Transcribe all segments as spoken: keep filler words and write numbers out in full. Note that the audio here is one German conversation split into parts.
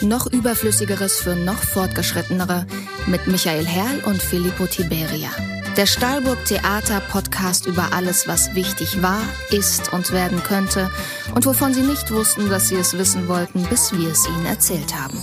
Noch Überflüssigeres für noch Fortgeschrittenere mit Michael Herrl und Filippo Tiberia. Der Stahlburg Theater Podcast über alles, was wichtig war, ist und werden könnte und wovon Sie nicht wussten, dass Sie es wissen wollten, bis wir es Ihnen erzählt haben.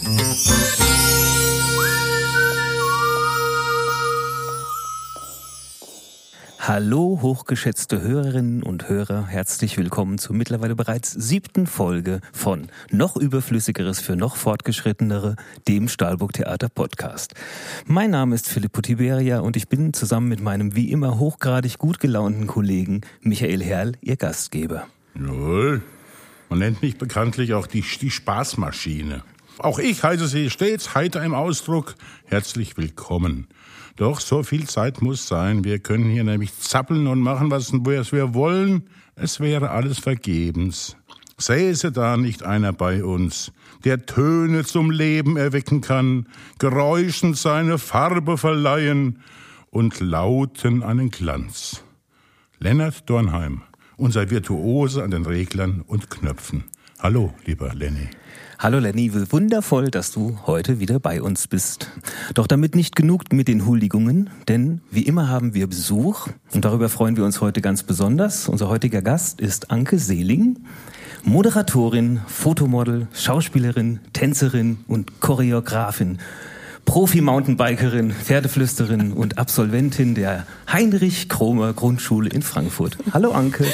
Hallo, hochgeschätzte Hörerinnen und Hörer, herzlich willkommen zur mittlerweile bereits siebten Folge von Noch Überflüssigeres für noch Fortgeschrittenere, dem Stahlburg Theater Podcast. Mein Name ist Filippo Tiberia und ich bin zusammen mit meinem wie immer hochgradig gut gelaunten Kollegen Michael Herrl, Ihr Gastgeber. Jawohl, man nennt mich bekanntlich auch die, die Spaßmaschine. Auch ich heiße Sie stets heiter im Ausdruck. Herzlich willkommen. Doch so viel Zeit muss sein. Wir können hier nämlich zappeln und machen, was wir wollen. Es wäre alles vergebens. Säße da nicht einer bei uns, der Töne zum Leben erwecken kann, Geräuschen seine Farbe verleihen und Lauten einen Glanz. Lennart Dornheim, unser Virtuose an den Reglern und Knöpfen. Hallo, lieber Lenny. Hallo Lenny, wundervoll, dass du heute wieder bei uns bist. Doch damit nicht genug mit den Huldigungen, denn wie immer haben wir Besuch und darüber freuen wir uns heute ganz besonders. Unser heutiger Gast ist Anke Seeling, Moderatorin, Fotomodel, Schauspielerin, Tänzerin und Choreografin, Profi-Mountainbikerin, Pferdeflüsterin und Absolventin der Heinrich-Kromer-Grundschule in Frankfurt. Hallo Anke.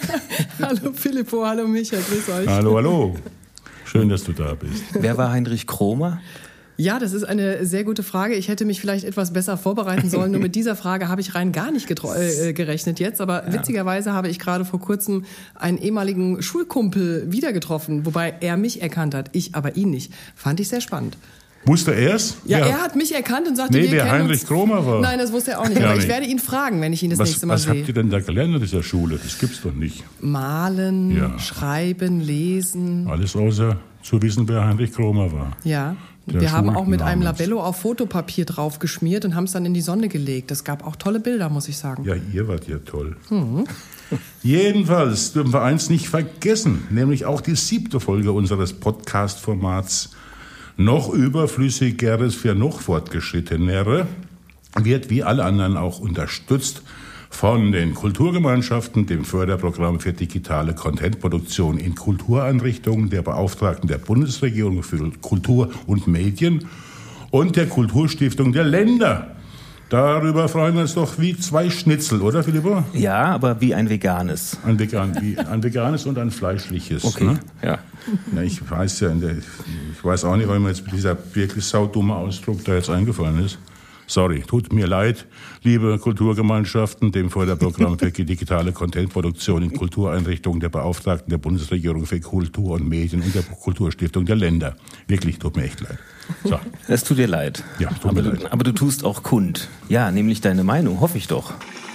Hallo Filippo, hallo Micha, grüß euch. Hallo, hallo. Schön, dass du da bist. Wer war Heinrich Kromer? Ja, das ist eine sehr gute Frage. Ich hätte mich vielleicht etwas besser vorbereiten sollen. Nur mit dieser Frage habe ich rein gar nicht getro- äh, gerechnet jetzt. Aber ja. Witzigerweise habe ich gerade vor kurzem einen ehemaligen Schulkumpel wieder getroffen, wobei er mich erkannt hat, ich aber ihn nicht. Fand ich sehr spannend. Wusste er es? Ja, ja, er hat mich erkannt und sagte, nee, wir wer kennen Heinrich uns. Kromer war. Nein, das wusste er auch nicht. Ja, aber nicht. ich werde ihn fragen, wenn ich ihn das was, nächste Mal was sehe. Was habt ihr denn da gelernt in dieser Schule? Das gibt's doch nicht. Malen, ja. Schreiben, Lesen. Alles außer zu wissen, wer Heinrich Kromer war. Ja. Der wir haben auch mit einem Schulnamens. Labello auf Fotopapier drauf geschmiert und haben es dann in die Sonne gelegt. Es gab auch tolle Bilder, muss ich sagen. Ja, ihr wart ja toll. Mhm. Jedenfalls dürfen wir eins nicht vergessen, nämlich auch die siebte Folge unseres Podcast-Formats Noch Überflüssigeres für noch Fortgeschrittenere wird wie alle anderen auch unterstützt von den Kulturgemeinschaften, dem Förderprogramm für digitale Contentproduktion in Kultureinrichtungen, der Beauftragten der Bundesregierung für Kultur und Medien und der Kulturstiftung der Länder. Darüber freuen wir uns doch wie zwei Schnitzel, oder Filippo? Ja, aber wie ein veganes. Ein, vegan, wie ein veganes und ein fleischliches. Okay, ne? ja. Ja, ich weiß ja, ich weiß auch nicht, warum mir jetzt dieser wirklich saudumme Ausdruck da jetzt eingefallen ist. Sorry, tut mir leid, liebe Kulturgemeinschaften, dem Förderprogramm für digitale Contentproduktion in Kultureinrichtungen der Beauftragten der Bundesregierung für Kultur und Medien und der Kulturstiftung der Länder. Wirklich, tut mir echt leid. So. Es tut dir leid. Ja, tut aber, mir du, leid. aber du tust auch kund. Ja, nämlich deine Meinung, hoffe ich doch.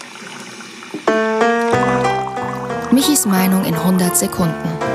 Michis Meinung in hundert Sekunden.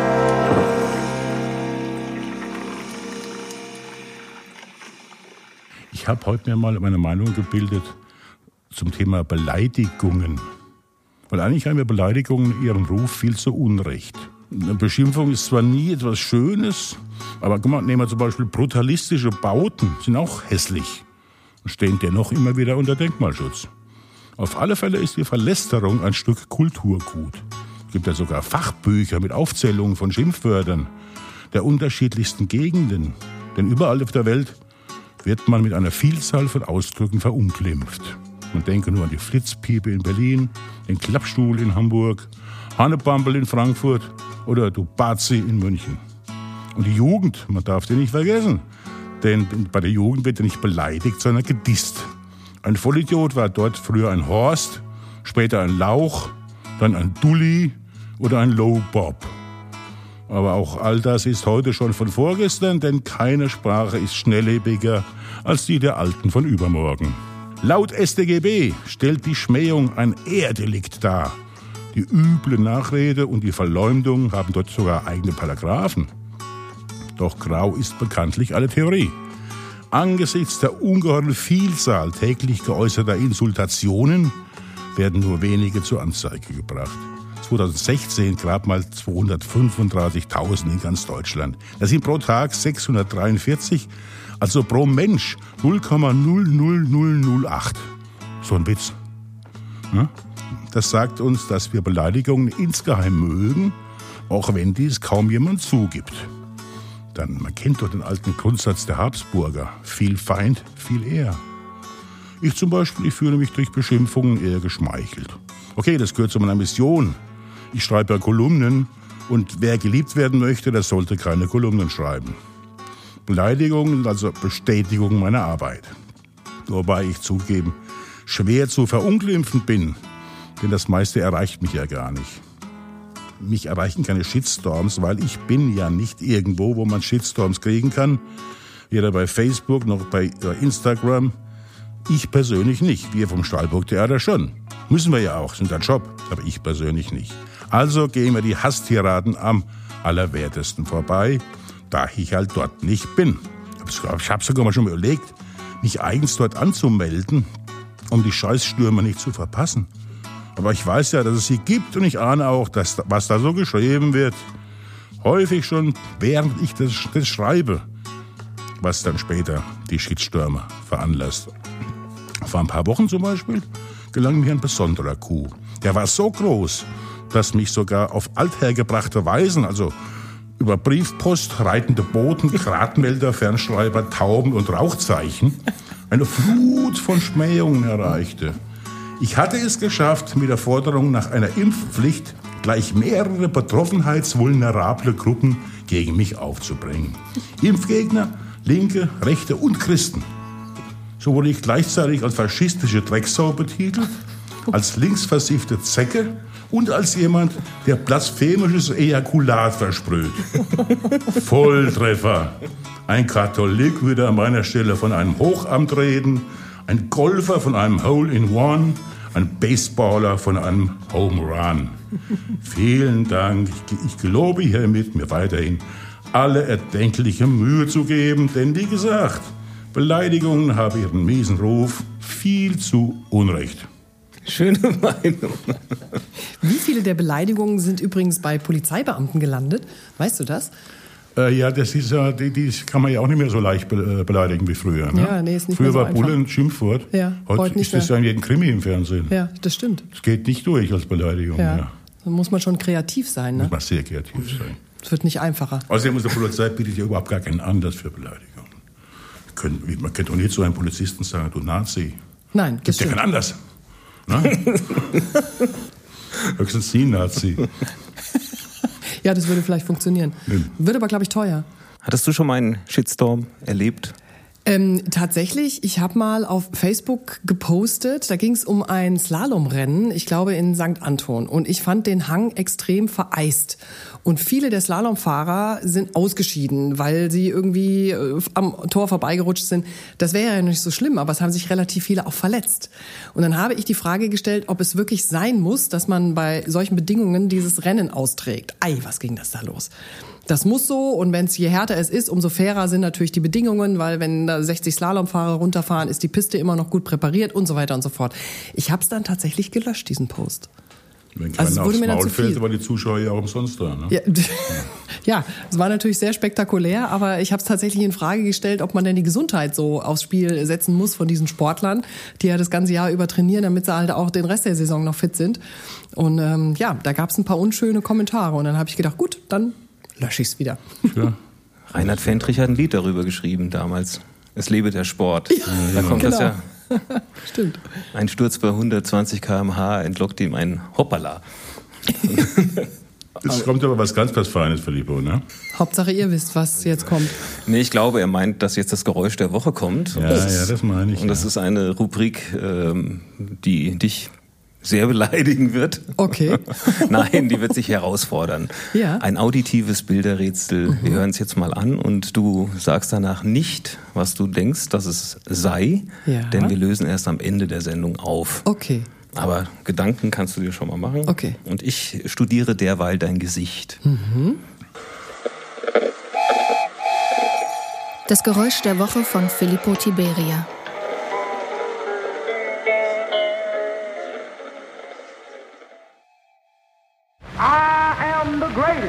Ich habe heute mir mal meine Meinung gebildet zum Thema Beleidigungen. Weil eigentlich haben wir Beleidigungen ihren Ruf viel zu Unrecht. Eine Beschimpfung ist zwar nie etwas Schönes, aber guck mal, nehmen wir zum Beispiel brutalistische Bauten, sind auch hässlich und stehen dennoch immer wieder unter Denkmalschutz. Auf alle Fälle ist die Verlästerung ein Stück Kulturgut. Es gibt ja sogar Fachbücher mit Aufzählungen von Schimpfwörtern der unterschiedlichsten Gegenden. Denn überall auf der Welt wird man mit einer Vielzahl von Ausdrücken verunglimpft. Man denke nur an die Flitzpiepe in Berlin, den Klappstuhl in Hamburg, Hannebampel in Frankfurt oder du Bazi in München. Und die Jugend, man darf die nicht vergessen, denn bei der Jugend wird ja nicht beleidigt, sondern gedisst. Ein Vollidiot war dort früher ein Horst, später ein Lauch, dann ein Dulli oder ein Low Bob. Aber auch all das ist heute schon von vorgestern, denn keine Sprache ist schnelllebiger als die der Alten von übermorgen. Laut S t G B stellt die Schmähung ein Ehrdelikt dar. Die üble Nachrede und die Verleumdung haben dort sogar eigene Paragraphen. Doch grau ist bekanntlich alle Theorie. Angesichts der ungeheuren Vielzahl täglich geäußerter Insultationen werden nur wenige zur Anzeige gebracht. zweitausendsechzehn gerade mal zweihundertfünfunddreißigtausend in ganz Deutschland. Das sind pro Tag sechshundertdreiundvierzig, also pro Mensch null Komma null null null null acht. So ein Witz. Das sagt uns, dass wir Beleidigungen insgeheim mögen, auch wenn dies kaum jemand zugibt. Dann, man kennt doch den alten Grundsatz der Habsburger. Viel Feind, viel Ehr. Ich zum Beispiel, ich fühle mich durch Beschimpfungen eher geschmeichelt. Okay, das gehört zu meiner Mission. Ich schreibe ja Kolumnen und wer geliebt werden möchte, der sollte keine Kolumnen schreiben. Beleidigungen sind also Bestätigung meiner Arbeit. Wobei ich zugeben, schwer zu verunglimpfen bin, denn das meiste erreicht mich ja gar nicht. Mich erreichen keine Shitstorms, weil ich bin ja nicht irgendwo, wo man Shitstorms kriegen kann. Weder bei Facebook noch bei Instagram. Ich persönlich nicht. Wir vom Stahlburg-Theater schon. Müssen wir ja auch, sind ein Job. Aber ich persönlich nicht. Also gehen wir die Hasstiraden am allerwertesten vorbei, da ich halt dort nicht bin. Ich habe sogar mal schon überlegt, mich eigens dort anzumelden, um die Scheißstürme nicht zu verpassen. Aber ich weiß ja, dass es sie gibt und ich ahne auch, dass, was da so geschrieben wird. Häufig schon, während ich das, das schreibe, was dann später die Shitstürme veranlasst. Vor ein paar Wochen zum Beispiel gelang mir ein besonderer Coup. Der war so groß, dass mich sogar auf althergebrachte Weisen, also über Briefpost, reitende Boten, Gradmelder, Fernschreiber, Tauben und Rauchzeichen, eine Flut von Schmähungen erreichte. Ich hatte es geschafft, mit der Forderung nach einer Impfpflicht gleich mehrere betroffenheitsvulnerable Gruppen gegen mich aufzubringen. Impfgegner, Linke, Rechte und Christen. So wurde ich gleichzeitig als faschistische Drecksau betitelt, als linksversiffte Zecke und als jemand, der blasphemisches Ejakulat versprüht. Volltreffer. Ein Katholik würde an meiner Stelle von einem Hochamt reden, ein Golfer von einem Hole-in-One, ein Baseballer von einem Home Run. Vielen Dank. Ich, ich gelobe hiermit, mir weiterhin alle erdenkliche Mühe zu geben, denn wie gesagt, Beleidigungen haben ihren miesen Ruf viel zu Unrecht. Schöne Meinung. Wie viele der Beleidigungen sind übrigens bei Polizeibeamten gelandet? Weißt du das? Äh, ja, das ist ja, die, die kann man ja auch nicht mehr so leicht be- beleidigen wie früher. Ne? Ja, nee, ist nicht früher mehr so war einfach. Bulle ein Schimpfwort. Ja, heute, heute nicht ist das ja in jedem Krimi im Fernsehen. Ja, das stimmt. Das geht nicht durch als Beleidigung. Ja. Ja. Da muss man schon kreativ sein, ne? Muss man sehr kreativ sein. Es wird nicht einfacher. Außerdem, unsere Polizei bietet ja überhaupt gar keinen Anlass für Beleidigung. Können, man könnte auch nicht zu einem Polizisten sagen, du Nazi. Nein, das Gibt ja stimmt. keinen Anlass. Ne? Höchstens Sie, Nazi. Ja, das würde vielleicht funktionieren. Nee. Wird aber, glaube ich, teuer. Hattest du schon mal einen Shitstorm erlebt? Ähm, tatsächlich, ich habe mal auf Facebook gepostet, da ging es um ein Slalomrennen, ich glaube in Sankt Anton. Und ich fand den Hang extrem vereist. Und viele der Slalomfahrer sind ausgeschieden, weil sie irgendwie äh, am Tor vorbeigerutscht sind. Das wäre ja nicht so schlimm, aber es haben sich relativ viele auch verletzt. Und dann habe ich die Frage gestellt, ob es wirklich sein muss, dass man bei solchen Bedingungen dieses Rennen austrägt. Ei, was ging das da los? Das muss so, und wenn es je härter es ist, umso fairer sind natürlich die Bedingungen, weil wenn da sechzig Slalomfahrer runterfahren, ist die Piste immer noch gut präpariert und so weiter und so fort. Ich habe es dann tatsächlich gelöscht, diesen Post. Wenn Also es keiner wurde aufs mir dann Maul zu viel. fällt, aber die Zuschauer ja auch umsonst da. Ne? Ja, ja, es war natürlich sehr spektakulär, aber ich habe es tatsächlich in Frage gestellt, ob man denn die Gesundheit so aufs Spiel setzen muss von diesen Sportlern, die ja das ganze Jahr über trainieren, damit sie halt auch den Rest der Saison noch fit sind. Und ähm, ja, da gab es ein paar unschöne Kommentare und dann habe ich gedacht, gut, dann lösche ich es wieder. Ja. Reinhard Fendrich hat ein Lied darüber geschrieben damals. Es lebe der Sport. Ja, da kommt genau. das ja. Stimmt. Ein Sturz bei hundertzwanzig Kilometer pro Stunde entlockt ihm ein Hoppala. Jetzt kommt aber was ganz was Feines, Filippo, ne? Hauptsache ihr wisst, was jetzt kommt. Nee, ich glaube, er meint, dass jetzt das Geräusch der Woche kommt. Und Ja, das ist, ja, das meine ich, Und das ja. ist eine Rubrik, ähm, die dich sehr beleidigen wird. Okay. Nein, die wird sich herausfordern. Ja. Ein auditives Bilderrätsel. Wir hören es jetzt mal an und du sagst danach nicht, was du denkst, dass es sei, Ja. denn wir lösen erst am Ende der Sendung auf. Okay. Aber Gedanken kannst du dir schon mal machen. Okay. Und ich studiere derweil dein Gesicht. Das Geräusch der Woche von Filippo Tiberia.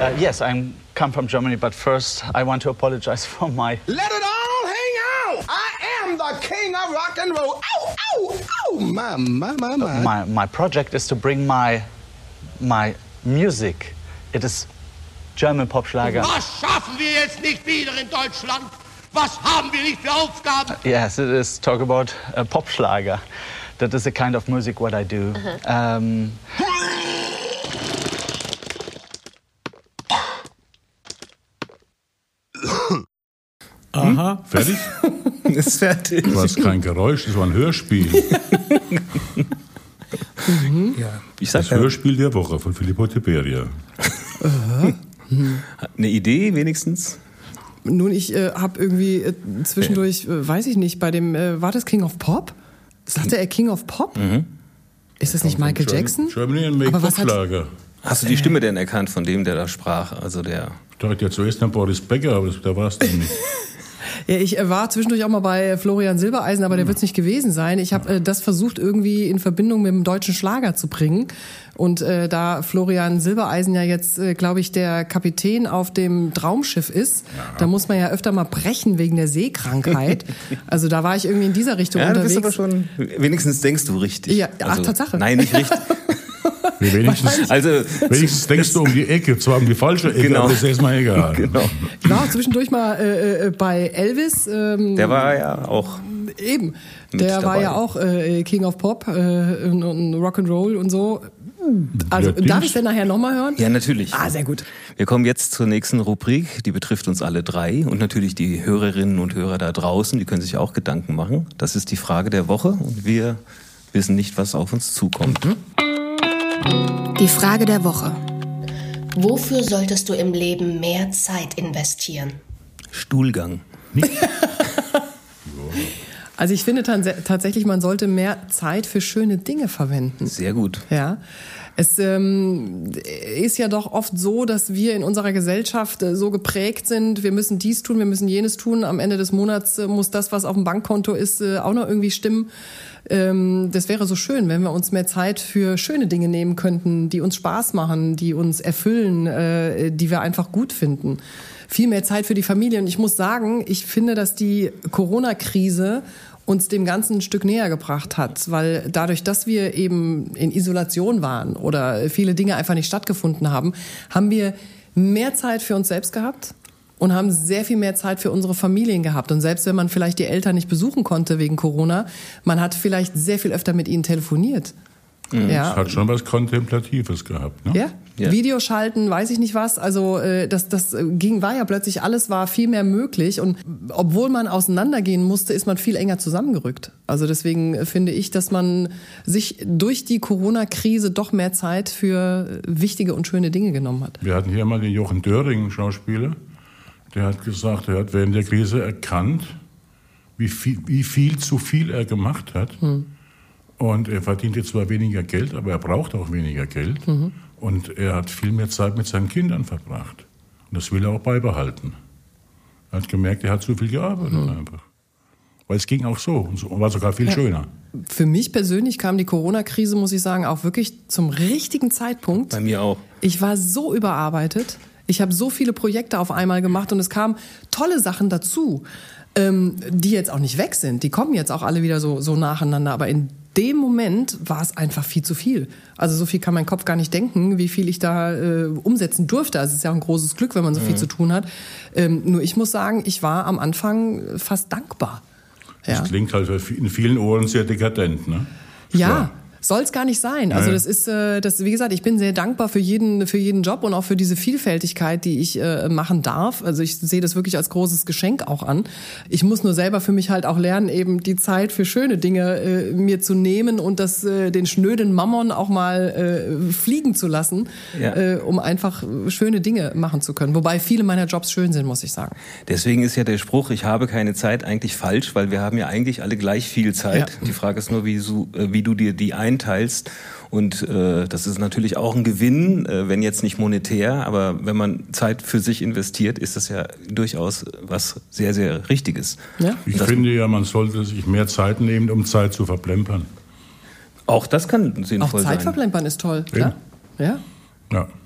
Uh, yes, I come from Germany, but first I want to apologize for my... Let it all hang out! I am the king of rock and roll! Ow, ow, ow! My, my, my, my. My, my project is to bring my, my music. It is German Popschlager. Was schaffen wir jetzt nicht wieder in Deutschland? Was haben wir nicht für Aufgaben? Yes, it is talk about uh, Popschlager. That is the kind of music what I do. Uh-huh. Um, Aha, fertig? Ist fertig. Du hast kein Geräusch, das war ein Hörspiel. mhm. Ja, ich sag das ja. Hörspiel der Woche von Filippo Tiberia. Eine Idee wenigstens? Nun, ich äh, habe irgendwie äh, zwischendurch, äh, weiß ich nicht, bei dem, äh, war das King of Pop? Sagte er King of Pop? Mhm. Ist das nicht Michael Jackson? Germany and Make Popschlager. Hast du die Stimme denn erkannt von dem, der da sprach? Also der. Ich dachte ja zuerst an Boris Becker, aber da war es dann nicht. Ja, ich war zwischendurch auch mal bei Florian Silbereisen, aber der wird es nicht gewesen sein. Ich habe äh, das versucht irgendwie in Verbindung mit dem deutschen Schlager zu bringen. Und äh, da Florian Silbereisen ja jetzt, äh, glaube ich, der Kapitän auf dem Traumschiff ist, ja. Da muss man ja öfter mal brechen wegen der Seekrankheit. Also da war ich irgendwie in dieser Richtung ja, unterwegs. Du bist aber schon, wenigstens denkst du richtig. Ja, ach, also, Tatsache. Nein, nicht richtig. Nee, wenigstens, also, wenigstens denkst du um die Ecke, zwar um die falsche Ecke, genau. aber das ist erstmal egal. Genau. Ich war auch zwischendurch mal äh, bei Elvis. Ähm, der war ja auch eben. Der war ja auch äh, King of Pop äh, und, und Rock'n'Roll und so. Also ja, darf ich denn nachher nochmal hören? Ja, natürlich. Ah, sehr gut. Wir kommen jetzt zur nächsten Rubrik, die betrifft uns alle drei und natürlich die Hörerinnen und Hörer da draußen, die können sich auch Gedanken machen. Das ist die Frage der Woche und wir wissen nicht, was auf uns zukommt. Mhm. Die Frage der Woche. Wofür solltest du im Leben mehr Zeit investieren? Stuhlgang. Also ich finde tatsächlich, man sollte mehr Zeit für schöne Dinge verwenden. Sehr gut. Ja. Es ähm, ist ja doch oft so, dass wir in unserer Gesellschaft äh, so geprägt sind, wir müssen dies tun, wir müssen jenes tun. Am Ende des Monats äh, muss das, was auf dem Bankkonto ist, äh, auch noch irgendwie stimmen. Ähm, das wäre so schön, wenn wir uns mehr Zeit für schöne Dinge nehmen könnten, die uns Spaß machen, die uns erfüllen, äh, die wir einfach gut finden. Viel mehr Zeit für die Familie. Und ich muss sagen, ich finde, dass die Corona-Krise uns dem Ganzen ein Stück näher gebracht hat, weil dadurch, dass wir eben in Isolation waren oder viele Dinge einfach nicht stattgefunden haben, haben wir mehr Zeit für uns selbst gehabt und haben sehr viel mehr Zeit für unsere Familien gehabt. Und selbst wenn man vielleicht die Eltern nicht besuchen konnte wegen Corona, man hat vielleicht sehr viel öfter mit ihnen telefoniert. Mhm. Ja. Das hat schon was Kontemplatives gehabt, ne? Ja. Ja. Videoschalten, weiß ich nicht was. Also äh, das, das ging, war ja plötzlich, alles war viel mehr möglich. Und obwohl man auseinandergehen musste, ist man viel enger zusammengerückt. Also deswegen finde ich, dass man sich durch die Corona-Krise doch mehr Zeit für wichtige und schöne Dinge genommen hat. Wir hatten hier mal den Jochen Döring, Schauspieler. Der hat gesagt, er hat während der Krise erkannt, wie viel, wie viel zu viel er gemacht hat. Hm. Und er verdient jetzt zwar weniger Geld, aber er braucht auch weniger Geld. Mhm. Und er hat viel mehr Zeit mit seinen Kindern verbracht. Und das will er auch beibehalten. Er hat gemerkt, er hat zu viel gearbeitet mhm. einfach. Weil es ging auch so und so, war sogar viel ja. schöner. Für mich persönlich kam die Corona-Krise, muss ich sagen, auch wirklich zum richtigen Zeitpunkt. Bei mir auch. Ich war so überarbeitet. Ich habe so viele Projekte auf einmal gemacht und es kamen tolle Sachen dazu, ähm, die jetzt auch nicht weg sind. Die kommen jetzt auch alle wieder so, so nacheinander. Aber in dem Moment war es einfach viel zu viel. Also so viel kann mein Kopf gar nicht denken, wie viel ich da äh, umsetzen durfte. Also es ist ja auch ein großes Glück, wenn man so viel mhm. zu tun hat. Ähm, nur ich muss sagen, ich war am Anfang fast dankbar. Das ja. klingt halt in vielen Ohren sehr dekadent, ne? Ja. Klar. Soll es gar nicht sein. Also das ist, äh, das, wie gesagt, ich bin sehr dankbar für jeden, für jeden Job und auch für diese Vielfältigkeit, die ich äh, machen darf. Also ich sehe das wirklich als großes Geschenk auch an. Ich muss nur selber für mich halt auch lernen, eben die Zeit für schöne Dinge äh, mir zu nehmen und das, äh, den schnöden Mammon auch mal äh, fliegen zu lassen, ja. äh, um einfach schöne Dinge machen zu können. Wobei viele meiner Jobs schön sind, muss ich sagen. Deswegen ist ja der Spruch, ich habe keine Zeit, eigentlich falsch, weil wir haben ja eigentlich alle gleich viel Zeit. Ja. Die Frage ist nur, wie, so, wie du dir die ein teilst und äh, das ist natürlich auch ein Gewinn, äh, wenn jetzt nicht monetär, aber wenn man Zeit für sich investiert, ist das ja durchaus was sehr, sehr Richtiges. Ja. Ich finde ja, man sollte sich mehr Zeit nehmen, um Zeit zu verplempern. Auch das kann sinnvoll sein. Auch Zeit sein. verplempern ist toll, klar. Ja. ja.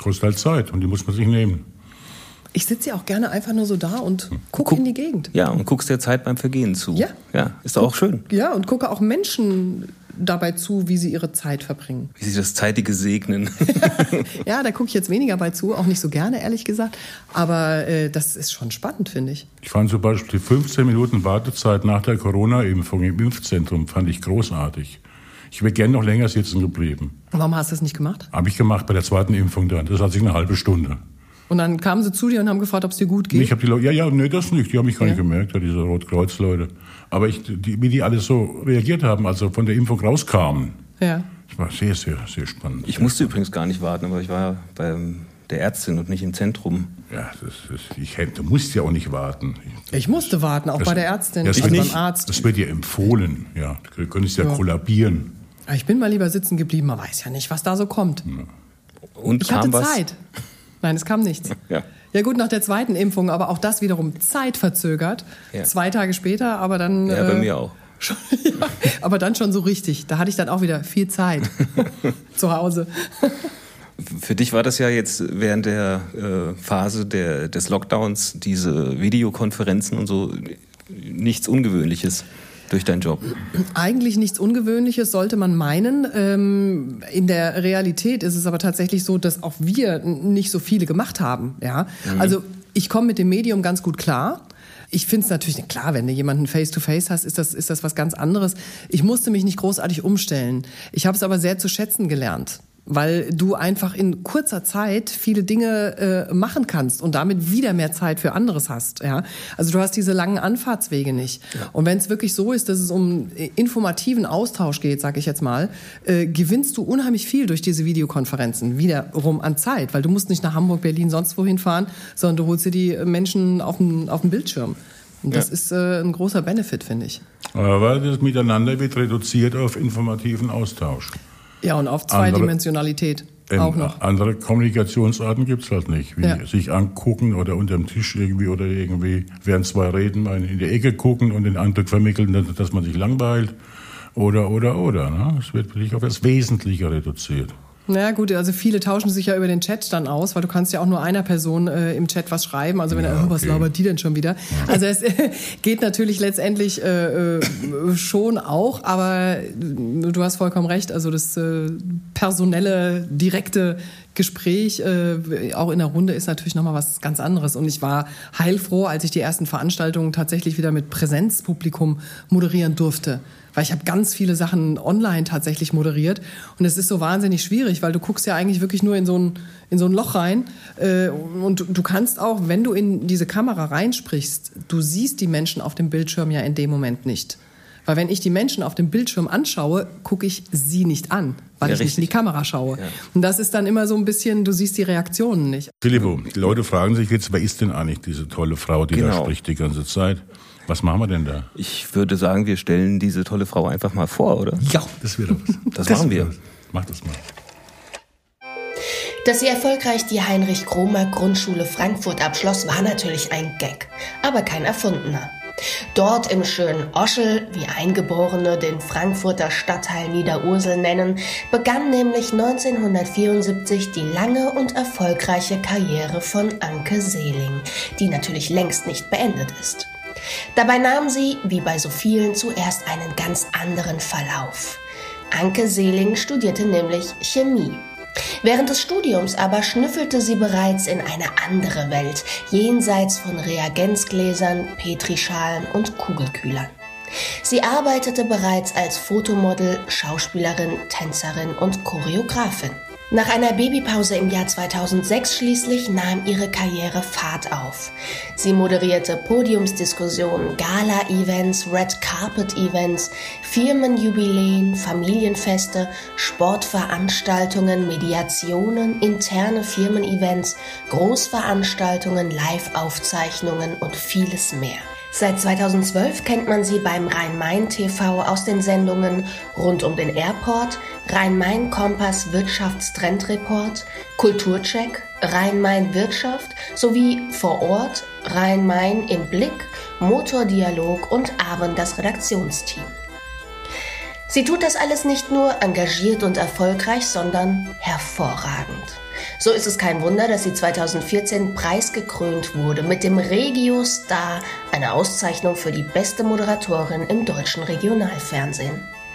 Kostet halt Zeit und die muss man sich nehmen. Ich sitze ja auch gerne einfach nur so da und gucke Guck, in die Gegend. Ja, und guckst der Zeit beim Vergehen zu. Ja. Ja, ist doch auch schön. Ja, und gucke auch Menschen dabei zu, wie sie ihre Zeit verbringen. Wie sie das Zeitige segnen. Ja, da gucke ich jetzt weniger bei zu, auch nicht so gerne, ehrlich gesagt. Aber äh, das ist schon spannend, finde ich. Ich fand zum Beispiel die fünfzehn Minuten Wartezeit nach der Corona-Impfung im Impfzentrum fand ich großartig. Ich wäre gern noch länger sitzen geblieben. Warum hast du das nicht gemacht? Habe ich gemacht bei der zweiten Impfung dann. Das hat sich eine halbe Stunde. Und dann kamen sie zu dir und haben gefragt, ob es dir gut geht? Ich habe die Leute, ja, ja, nee, das nicht. Die haben mich gar Ja. nicht gemerkt, ja, diese Rotkreuz-Leute. Aber ich, die, wie die alle so reagiert haben, als sie von der Impfung rauskamen, Ja. das war sehr, sehr, sehr spannend. Ich musste übrigens gar nicht warten, aber ich war bei der Ärztin und nicht im Zentrum. Ja, das, das, ich hätte, du musst ja auch nicht warten. Ich musste warten, auch Das- bei der Ärztin, das also wird- beim Arzt. Das wird dir empfohlen, ja. Du könntest ja, Ja. kollabieren. Aber ich bin mal lieber sitzen geblieben, man weiß ja nicht, was da so kommt. Und Ich kam hatte was? Zeit. Nein, es kam nichts. Ja. Ja gut, nach der zweiten Impfung, aber auch das wiederum zeitverzögert. Ja. Zwei Tage später, aber dann... Ja, bei äh, mir auch. Schon, ja, aber dann schon so richtig. Da hatte ich dann auch wieder viel Zeit zu Hause. Für dich war das ja jetzt während der äh, Phase der, des Lockdowns, diese Videokonferenzen und so, nichts Ungewöhnliches durch deinen Job. Eigentlich nichts Ungewöhnliches, sollte man meinen. Ähm, in der Realität ist es aber tatsächlich so, dass auch wir n- nicht so viele gemacht haben. Ja? Mhm. Also ich komme mit dem Medium ganz gut klar. Ich finde es natürlich, klar, wenn du jemanden face-to-face hast, ist das, ist das was ganz anderes. Ich musste mich nicht großartig umstellen. Ich habe es aber sehr zu schätzen gelernt, weil du einfach in kurzer Zeit viele Dinge äh, machen kannst und damit wieder mehr Zeit für anderes hast. Ja? Also du hast diese langen Anfahrtswege nicht. Ja. Und wenn es wirklich so ist, dass es um informativen Austausch geht, sag ich jetzt mal, äh, gewinnst du unheimlich viel durch diese Videokonferenzen wiederum an Zeit, weil du musst nicht nach Hamburg, Berlin, sonst wohin fahren, sondern du holst dir die Menschen auf dem, auf dem Bildschirm. Und das ja. ist äh, ein großer Benefit, finde ich. Aber das Miteinander wird reduziert auf informativen Austausch. Ja, und auf Zweidimensionalität andere, auch noch. Andere Kommunikationsarten gibt's halt nicht. Wie Ja. sich angucken oder unterm Tisch irgendwie oder irgendwie während zwei reden, mal in die Ecke gucken und den Eindruck vermitteln, dass, dass man sich langweilt. Oder, oder, oder. Ne? Es wird wirklich auf das Wesentliche reduziert. Na gut, also viele tauschen sich ja über den Chat dann aus, weil du kannst ja auch nur einer Person äh, im Chat was schreiben. Also wenn Ja, er, oh, was okay. labert die denn schon wieder? Ja. Also es äh, geht natürlich letztendlich äh, äh, schon auch, aber äh, du hast vollkommen recht. Also das äh, personelle, direkte Gespräch, äh, auch in der Runde, ist natürlich nochmal was ganz anderes. Und ich war heilfroh, als ich die ersten Veranstaltungen tatsächlich wieder mit Präsenzpublikum moderieren durfte. Weil ich habe ganz viele Sachen online tatsächlich moderiert. Und es ist so wahnsinnig schwierig, weil du guckst ja eigentlich wirklich nur in so ein, in so ein Loch rein. Äh, und du, du kannst auch, wenn du in diese Kamera reinsprichst, du siehst die Menschen auf dem Bildschirm ja in dem Moment nicht. Weil wenn ich die Menschen auf dem Bildschirm anschaue, gucke ich sie nicht an, weil Ja, ich nicht in die richtig. Kamera schaue. Ja. Und das ist dann immer so ein bisschen, du siehst die Reaktionen nicht. Filippo, die Leute fragen sich jetzt, wer ist denn eigentlich diese tolle Frau, die da Genau. spricht die ganze Zeit? Was machen wir denn da? Ich würde sagen, wir stellen diese tolle Frau einfach mal vor, oder? Ja, das wäre was. Das machen wir. wär was. Mach das mal. Dass sie erfolgreich die Heinrich-Kromer-Grundschule Frankfurt abschloss, war natürlich ein Gag, aber kein erfundener. Dort im schönen Oschel, wie Eingeborene den Frankfurter Stadtteil Niederursel nennen, begann nämlich neunzehnhundertvierundsiebzig die lange und erfolgreiche Karriere von Anke Seeling, die natürlich längst nicht beendet ist. Dabei nahm sie, wie bei so vielen, zuerst einen ganz anderen Verlauf. Anke Seeling studierte nämlich Chemie. Während des Studiums aber schnüffelte sie bereits in eine andere Welt, jenseits von Reagenzgläsern, Petrischalen und Kugelkühlern. Sie arbeitete bereits als Fotomodel, Schauspielerin, Tänzerin und Choreografin. Nach einer Babypause im Jahr zweitausendsechs schließlich nahm ihre Karriere Fahrt auf. Sie moderierte Podiumsdiskussionen, Gala-Events, Red-Carpet-Events, Firmenjubiläen, Familienfeste, Sportveranstaltungen, Mediationen, interne Firmen-Events, Großveranstaltungen, Live-Aufzeichnungen und vieles mehr. Seit zweitausendzwölf kennt man sie beim Rhein-Main-T V aus den Sendungen Rund um den Airport, Rhein-Main-Kompass Wirtschaftstrendreport, Kulturcheck, Rhein-Main-Wirtschaft sowie Vor Ort, Rhein-Main im Blick, Motordialog und Aaron das Redaktionsteam. Sie tut das alles nicht nur engagiert und erfolgreich, sondern hervorragend. So ist es kein Wunder, dass sie zweitausendvierzehn preisgekrönt wurde mit dem Regio Star, einer Auszeichnung für die beste Moderatorin im deutschen Regionalfernsehen.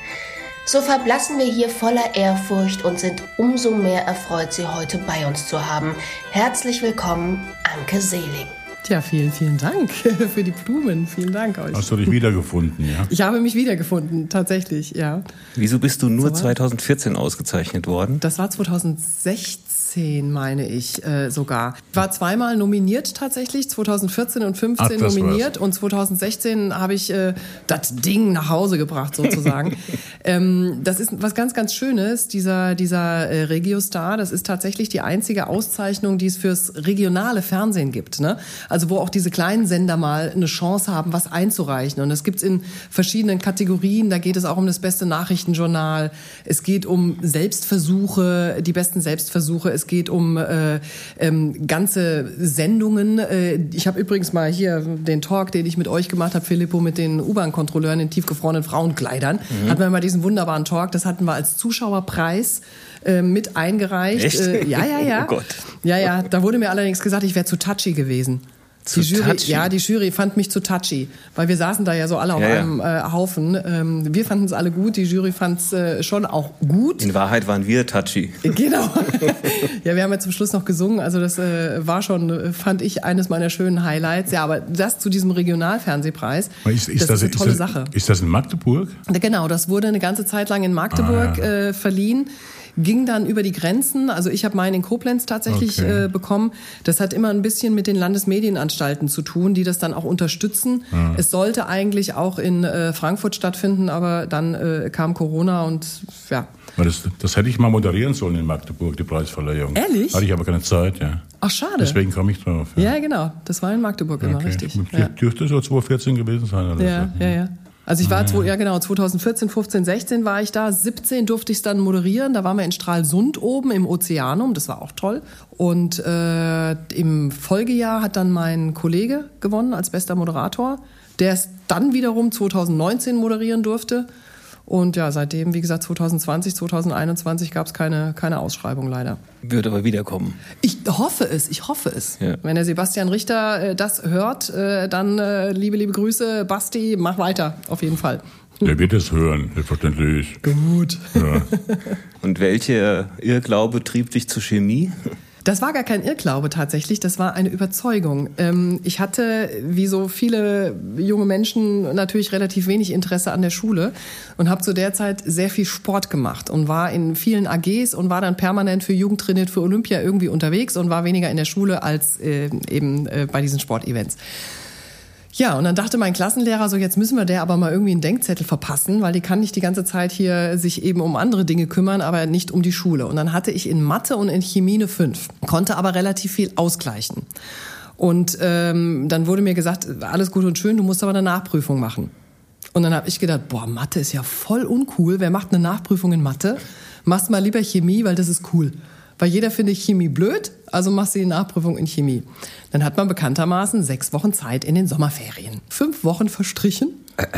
So verblassen wir hier voller Ehrfurcht und sind umso mehr erfreut, Sie heute bei uns zu haben. Herzlich willkommen, Anke Seeling. Ja, vielen, vielen Dank für die Blumen. Vielen Dank euch. Hast du dich wiedergefunden, ja? Ich habe mich wiedergefunden, tatsächlich, ja. Wieso bist du nur So was? zweitausendvierzehn ausgezeichnet worden? Das war zweitausendsechzehn, meine ich äh, sogar. Ich war zweimal nominiert tatsächlich, zweitausendvierzehn und fünfzehn Ach, das nominiert war's. und zweitausendsechzehn habe ich äh, das Ding nach Hause gebracht sozusagen. ähm, das ist was ganz, ganz Schönes, dieser, dieser äh, Regiostar. Das ist tatsächlich die einzige Auszeichnung, die es fürs regionale Fernsehen gibt, ne? Also wo auch diese kleinen Sender mal eine Chance haben, was einzureichen. Und das gibt's in verschiedenen Kategorien. Da geht es auch um das beste Nachrichtenjournal. Es geht um Selbstversuche, die besten Selbstversuche. Es geht um äh, ähm, ganze Sendungen. Äh, ich habe übrigens mal hier den Talk, den ich mit euch gemacht habe, Filippo, mit den U-Bahn-Kontrolleuren in tiefgefrorenen Frauenkleidern. Mhm. Hatten wir mal diesen wunderbaren Talk. Das hatten wir als Zuschauerpreis äh, mit eingereicht. Echt? Äh, ja, ja, ja. Oh Gott. Ja, ja. Da wurde mir allerdings gesagt, ich wäre zu touchy gewesen. Zu Die Jury, touchy? ja, die Jury fand mich zu touchy, weil wir saßen da ja so alle auf Ja, ja. einem äh, Haufen. Ähm, wir fanden es alle gut, die Jury fand es äh, schon auch gut. In Wahrheit waren wir touchy. Genau. Ja, wir haben ja zum Schluss noch gesungen, also das äh, war schon, äh, fand ich, eines meiner schönen Highlights. Ja, aber das zu diesem Regionalfernsehpreis, Ist, ist das, das, ist eine tolle ist das, Sache. Ist das in Magdeburg? Genau, das wurde eine ganze Zeit lang in Magdeburg Ah, ja. äh, verliehen. Ging dann über die Grenzen, also ich habe meinen in Koblenz tatsächlich Okay. äh, bekommen. Das hat immer ein bisschen mit den Landesmedienanstalten zu tun, die das dann auch unterstützen. Ah. Es sollte eigentlich auch in äh, Frankfurt stattfinden, aber dann äh, kam Corona und ja. Weil Das, das hätte ich mal moderieren sollen in Magdeburg, die Preisverleihung. Ehrlich? Hatte ich aber keine Zeit, ja. Ach, schade. Deswegen komme ich drauf. Ja, genau. Das war in Magdeburg immer, Okay. richtig. Dür- Ja. Dürfte so zweitausendvierzehn gewesen sein, oder Ja, so. ja, ja. Also ich war, Ah, zwo- ja. ja genau, zweitausendvierzehn, fünfzehn, sechzehn war ich da. siebzehn durfte ich es dann moderieren. Da waren wir in Stralsund oben im Ozeanum. Das war auch toll. Und äh, im Folgejahr hat dann mein Kollege gewonnen als bester Moderator, der es dann wiederum zweitausendneunzehn moderieren durfte. Und ja, seitdem, wie gesagt, zweitausendzwanzig, zweitausendeinundzwanzig gab es keine, keine Ausschreibung leider. Wird aber wiederkommen. Ich hoffe es, ich hoffe es. Ja. Wenn der Sebastian Richter äh, das hört, äh, dann äh, liebe, liebe Grüße, Basti, mach weiter, auf jeden Fall. Der wird es hören, selbstverständlich. Gut. Ja. Und welcher Irrglaube trieb dich zur Chemie? Das war gar kein Irrglaube tatsächlich, das war eine Überzeugung. Ähm, ich hatte, wie so viele junge Menschen, natürlich relativ wenig Interesse an der Schule und habe zu der Zeit sehr viel Sport gemacht und war in vielen A Gs und war dann permanent für Jugend trainiert, für Olympia irgendwie unterwegs und war weniger in der Schule als äh, eben äh, bei diesen Sportevents. Ja, und dann dachte mein Klassenlehrer so, jetzt müssen wir der aber mal irgendwie einen Denkzettel verpassen, weil die kann nicht die ganze Zeit hier sich eben um andere Dinge kümmern, aber nicht um die Schule. Und dann hatte ich in Mathe und in Chemie eine fünf, konnte aber relativ viel ausgleichen. Und ähm, dann wurde mir gesagt, alles gut und schön, du musst aber eine Nachprüfung machen. Und dann habe ich gedacht, boah, Mathe ist ja voll uncool, wer macht eine Nachprüfung in Mathe? Machst mal lieber Chemie, weil das ist cool. Weil jeder findet Chemie blöd, also machst du die Nachprüfung in Chemie. Dann hat man bekanntermaßen sechs Wochen Zeit in den Sommerferien. Fünf Wochen verstrichen.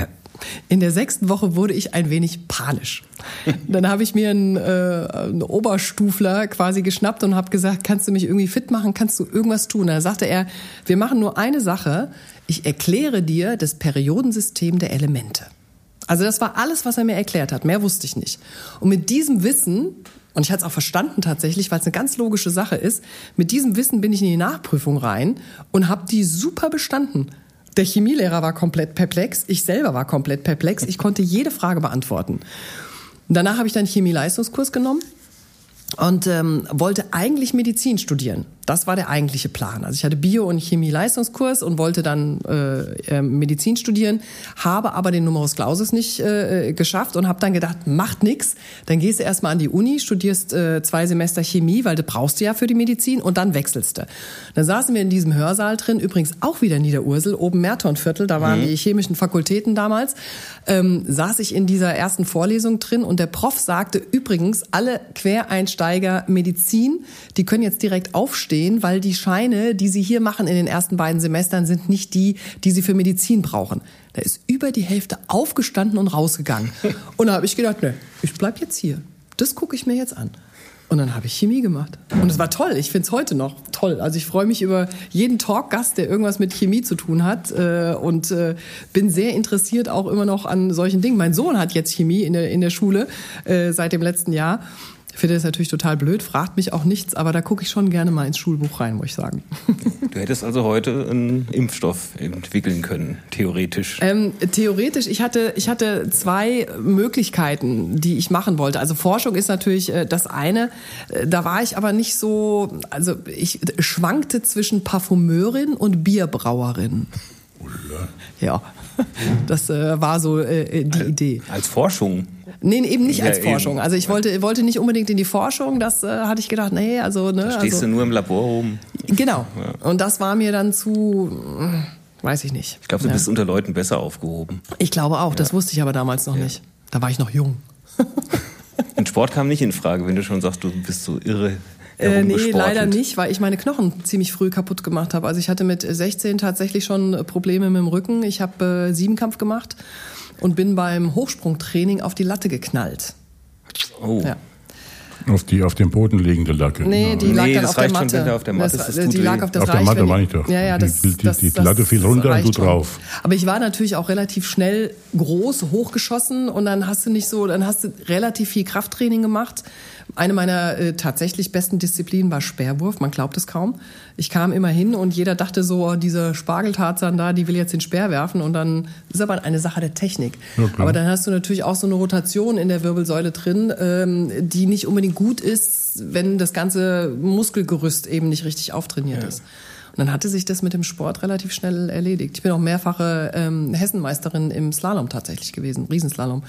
In der sechsten Woche wurde ich ein wenig panisch. Dann habe ich mir einen, äh, einen Oberstufler quasi geschnappt und habe gesagt, kannst du mich irgendwie fit machen, kannst du irgendwas tun? Dann sagte er, wir machen nur eine Sache, ich erkläre dir das Periodensystem der Elemente. Also das war alles, was er mir erklärt hat, mehr wusste ich nicht. Und mit diesem Wissen, und ich hatte es auch verstanden tatsächlich, weil es eine ganz logische Sache ist, mit diesem Wissen bin ich in die Nachprüfung rein und habe die super bestanden. Der Chemielehrer war komplett perplex, ich selber war komplett perplex, ich konnte jede Frage beantworten. Danach habe ich dann Chemieleistungskurs genommen und ähm, wollte eigentlich Medizin studieren. Das war der eigentliche Plan. Also ich hatte Bio- und Chemie-Leistungskurs und wollte dann äh, äh, Medizin studieren, habe aber den Numerus Clausus nicht äh, geschafft und habe dann gedacht, macht nix, dann gehst du erstmal an die Uni, studierst äh, zwei Semester Chemie, weil du brauchst du ja für die Medizin und dann wechselst du. Dann saßen wir in diesem Hörsaal drin, übrigens auch wieder Niederursel, oben Mertonviertel, da waren mhm. die chemischen Fakultäten damals, ähm, saß ich in dieser ersten Vorlesung drin und der Prof sagte, übrigens, alle Quereinsteiger Medizin, die können jetzt direkt aufstehen, weil die Scheine, die sie hier machen in den ersten beiden Semestern, sind nicht die, die sie für Medizin brauchen. Da ist über die Hälfte aufgestanden und rausgegangen. Und da habe ich gedacht, ne, ich bleib jetzt hier. Das gucke ich mir jetzt an. Und dann habe ich Chemie gemacht. Und es war toll. Ich finde es heute noch toll. Also ich freue mich über jeden Talkgast, der irgendwas mit Chemie zu tun hat. Äh, und äh, bin sehr interessiert auch immer noch an solchen Dingen. Mein Sohn hat jetzt Chemie in der, in der Schule äh, seit dem letzten Jahr. Ich finde das natürlich total blöd, fragt mich auch nichts, aber da gucke ich schon gerne mal ins Schulbuch rein, muss ich sagen. Du hättest also heute einen Impfstoff entwickeln können, theoretisch. Ähm, theoretisch, ich hatte, ich hatte zwei Möglichkeiten, die ich machen wollte. Also Forschung ist natürlich äh, das eine, äh, da war ich aber nicht so, also ich schwankte zwischen Parfümeurin und Bierbrauerin. Ja, das äh, war so äh, die als, Idee. Als Forschung? Nee, eben nicht ja, als Forschung. Eben. Also ich wollte, wollte nicht unbedingt in die Forschung, das äh, hatte ich gedacht, nee, also... Ne, da stehst also, du nur im Labor rum. Genau, ja. Und das war mir dann zu... Weiß ich nicht. Ich glaube, du ja. bist unter Leuten besser aufgehoben. Ich glaube auch, das ja. wusste ich aber damals noch ja. nicht. Da war ich noch jung. Und Sport kam nicht in Frage, wenn du schon sagst, du bist so irre. Äh, nee, leider nicht, weil ich meine Knochen ziemlich früh kaputt gemacht habe. Also ich hatte mit sechzehn tatsächlich schon Probleme mit dem Rücken. Ich habe äh, Siebenkampf gemacht und bin beim Hochsprungtraining auf die Latte geknallt. Oh. Ja. Auf die auf dem Boden liegende Lacke. Nee, die lag nee, dann das auf der reicht Matte. Schon, wenn auf der Matte das, ist, das tut die weh. lag auf das auf der reicht, Matte wenn meine ich doch. Ja, ja, das, die die, das, die das, Latte fiel runter und du schon. drauf. Aber ich war natürlich auch relativ schnell groß, hochgeschossen und dann hast du nicht so, dann hast du relativ viel Krafttraining gemacht. Eine meiner äh, tatsächlich besten Disziplinen war Speerwurf, man glaubt es kaum. Ich kam immer hin und jeder dachte so, oh, diese Spargeltarzan da, die will jetzt den Speer werfen und dann ist aber eine Sache der Technik. Okay. Aber dann hast du natürlich auch so eine Rotation in der Wirbelsäule drin, ähm, die nicht unbedingt gut ist, wenn das ganze Muskelgerüst eben nicht richtig auftrainiert ja. ist. Und dann hatte sich das mit dem Sport relativ schnell erledigt. Ich bin auch mehrfache ähm, Hessenmeisterin im Slalom tatsächlich gewesen, Riesenslalom.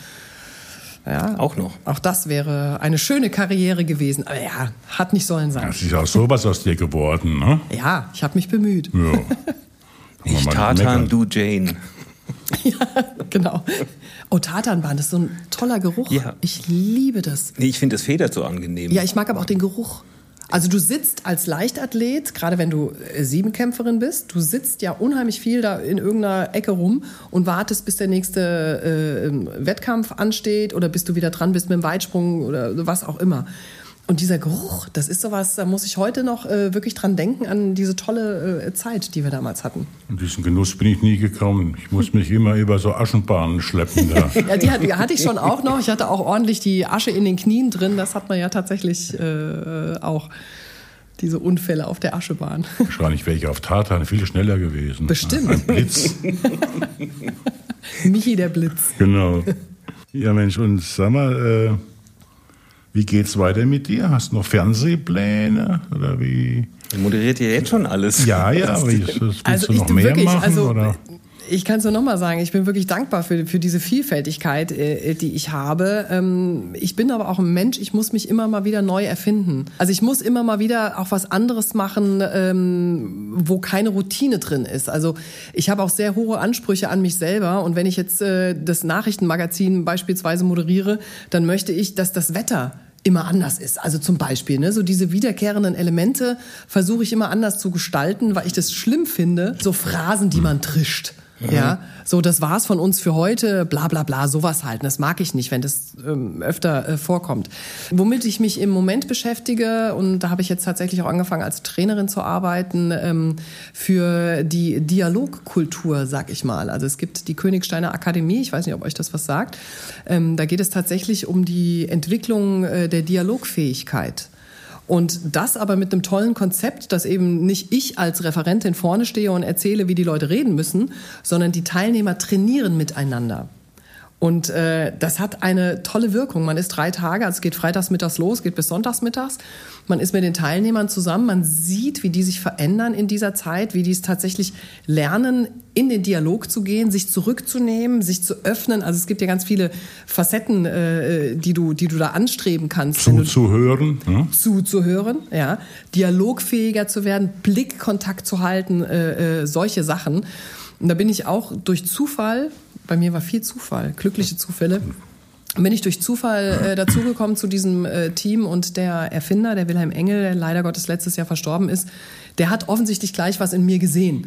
Ja, auch noch. Auch das wäre eine schöne Karriere gewesen. Aber ja, hat nicht sollen sein. Das ist auch sowas aus dir geworden, ne? Ja, ich habe mich bemüht. Ja. Ich Tartan, du Jane. Ja, genau. Oh, Tatanbahn, das ist so ein toller Geruch. Ja. Ich liebe das. Nee, ich finde das federt so angenehm. Ja, ich mag aber auch den Geruch. Also du sitzt als Leichtathlet, gerade wenn du Siebenkämpferin bist, du sitzt ja unheimlich viel da in irgendeiner Ecke rum und wartest, bis der nächste äh, Wettkampf ansteht oder bis du wieder dran bist mit dem Weitsprung oder was auch immer. Und dieser Geruch, das ist sowas, da muss ich heute noch äh, wirklich dran denken, an diese tolle äh, Zeit, die wir damals hatten. Und diesen Genuss bin ich nie gekommen. Ich muss mich immer über so Aschenbahnen schleppen. Da. Ja, die hatte, hatte ich schon auch noch. Ich hatte auch ordentlich die Asche in den Knien drin. Das hat man ja tatsächlich äh, auch, diese Unfälle auf der Aschebahn. Wahrscheinlich wäre ich auf Tartan viel schneller gewesen. Bestimmt. Ein Blitz. Michi der Blitz. Genau. Ja Mensch, und sag mal... Äh, Wie geht's weiter mit dir? Hast du noch Fernsehpläne oder wie? Er moderiert ja jetzt schon alles. Ja, ja, aber willst also du ich, noch mehr wirklich, machen? Also, oder? Ich kann es nur noch mal sagen, ich bin wirklich dankbar für, für diese Vielfältigkeit, äh, die ich habe. Ähm, ich bin aber auch ein Mensch, ich muss mich immer mal wieder neu erfinden. Also ich muss immer mal wieder auch was anderes machen, ähm, wo keine Routine drin ist. Also ich habe auch sehr hohe Ansprüche an mich selber und wenn ich jetzt äh, das Nachrichtenmagazin beispielsweise moderiere, dann möchte ich, dass das Wetter immer anders ist. Also zum Beispiel, ne, so diese wiederkehrenden Elemente versuche ich immer anders zu gestalten, weil ich das schlimm finde, so Phrasen, die man trischt. Mhm. Ja, so das war's von uns für heute, bla bla bla, sowas halt. Das mag ich nicht, wenn das ähm, öfter äh, vorkommt. Womit ich mich im Moment beschäftige, und da habe ich jetzt tatsächlich auch angefangen als Trainerin zu arbeiten, ähm, für die Dialogkultur, sag ich mal. Also es gibt die Königsteiner Akademie, ich weiß nicht, ob euch das was sagt. Ähm, da geht es tatsächlich um die Entwicklung äh, der Dialogfähigkeit. Und das aber mit einem tollen Konzept, dass eben nicht ich als Referentin vorne stehe und erzähle, wie die Leute reden müssen, sondern die Teilnehmer trainieren miteinander. Und äh, das hat eine tolle Wirkung. Man ist drei Tage, also es geht freitags mittags los, geht bis sonntags mittags. Man ist mit den Teilnehmern zusammen, man sieht, wie die sich verändern in dieser Zeit, wie die es tatsächlich lernen, in den Dialog zu gehen, sich zurückzunehmen, sich zu öffnen. Also es gibt ja ganz viele Facetten, äh, die du, die du da anstreben kannst. Zuzuhören. Ja. Zuzuhören, ja. Dialogfähiger zu werden, Blickkontakt zu halten, äh, äh, solche Sachen. Und da bin ich auch durch Zufall, bei mir war viel Zufall, glückliche Zufälle, bin ich durch Zufall äh, dazugekommen zu diesem äh, Team und der Erfinder, der Wilhelm Engel, der leider Gottes letztes Jahr verstorben ist, der hat offensichtlich gleich was in mir gesehen.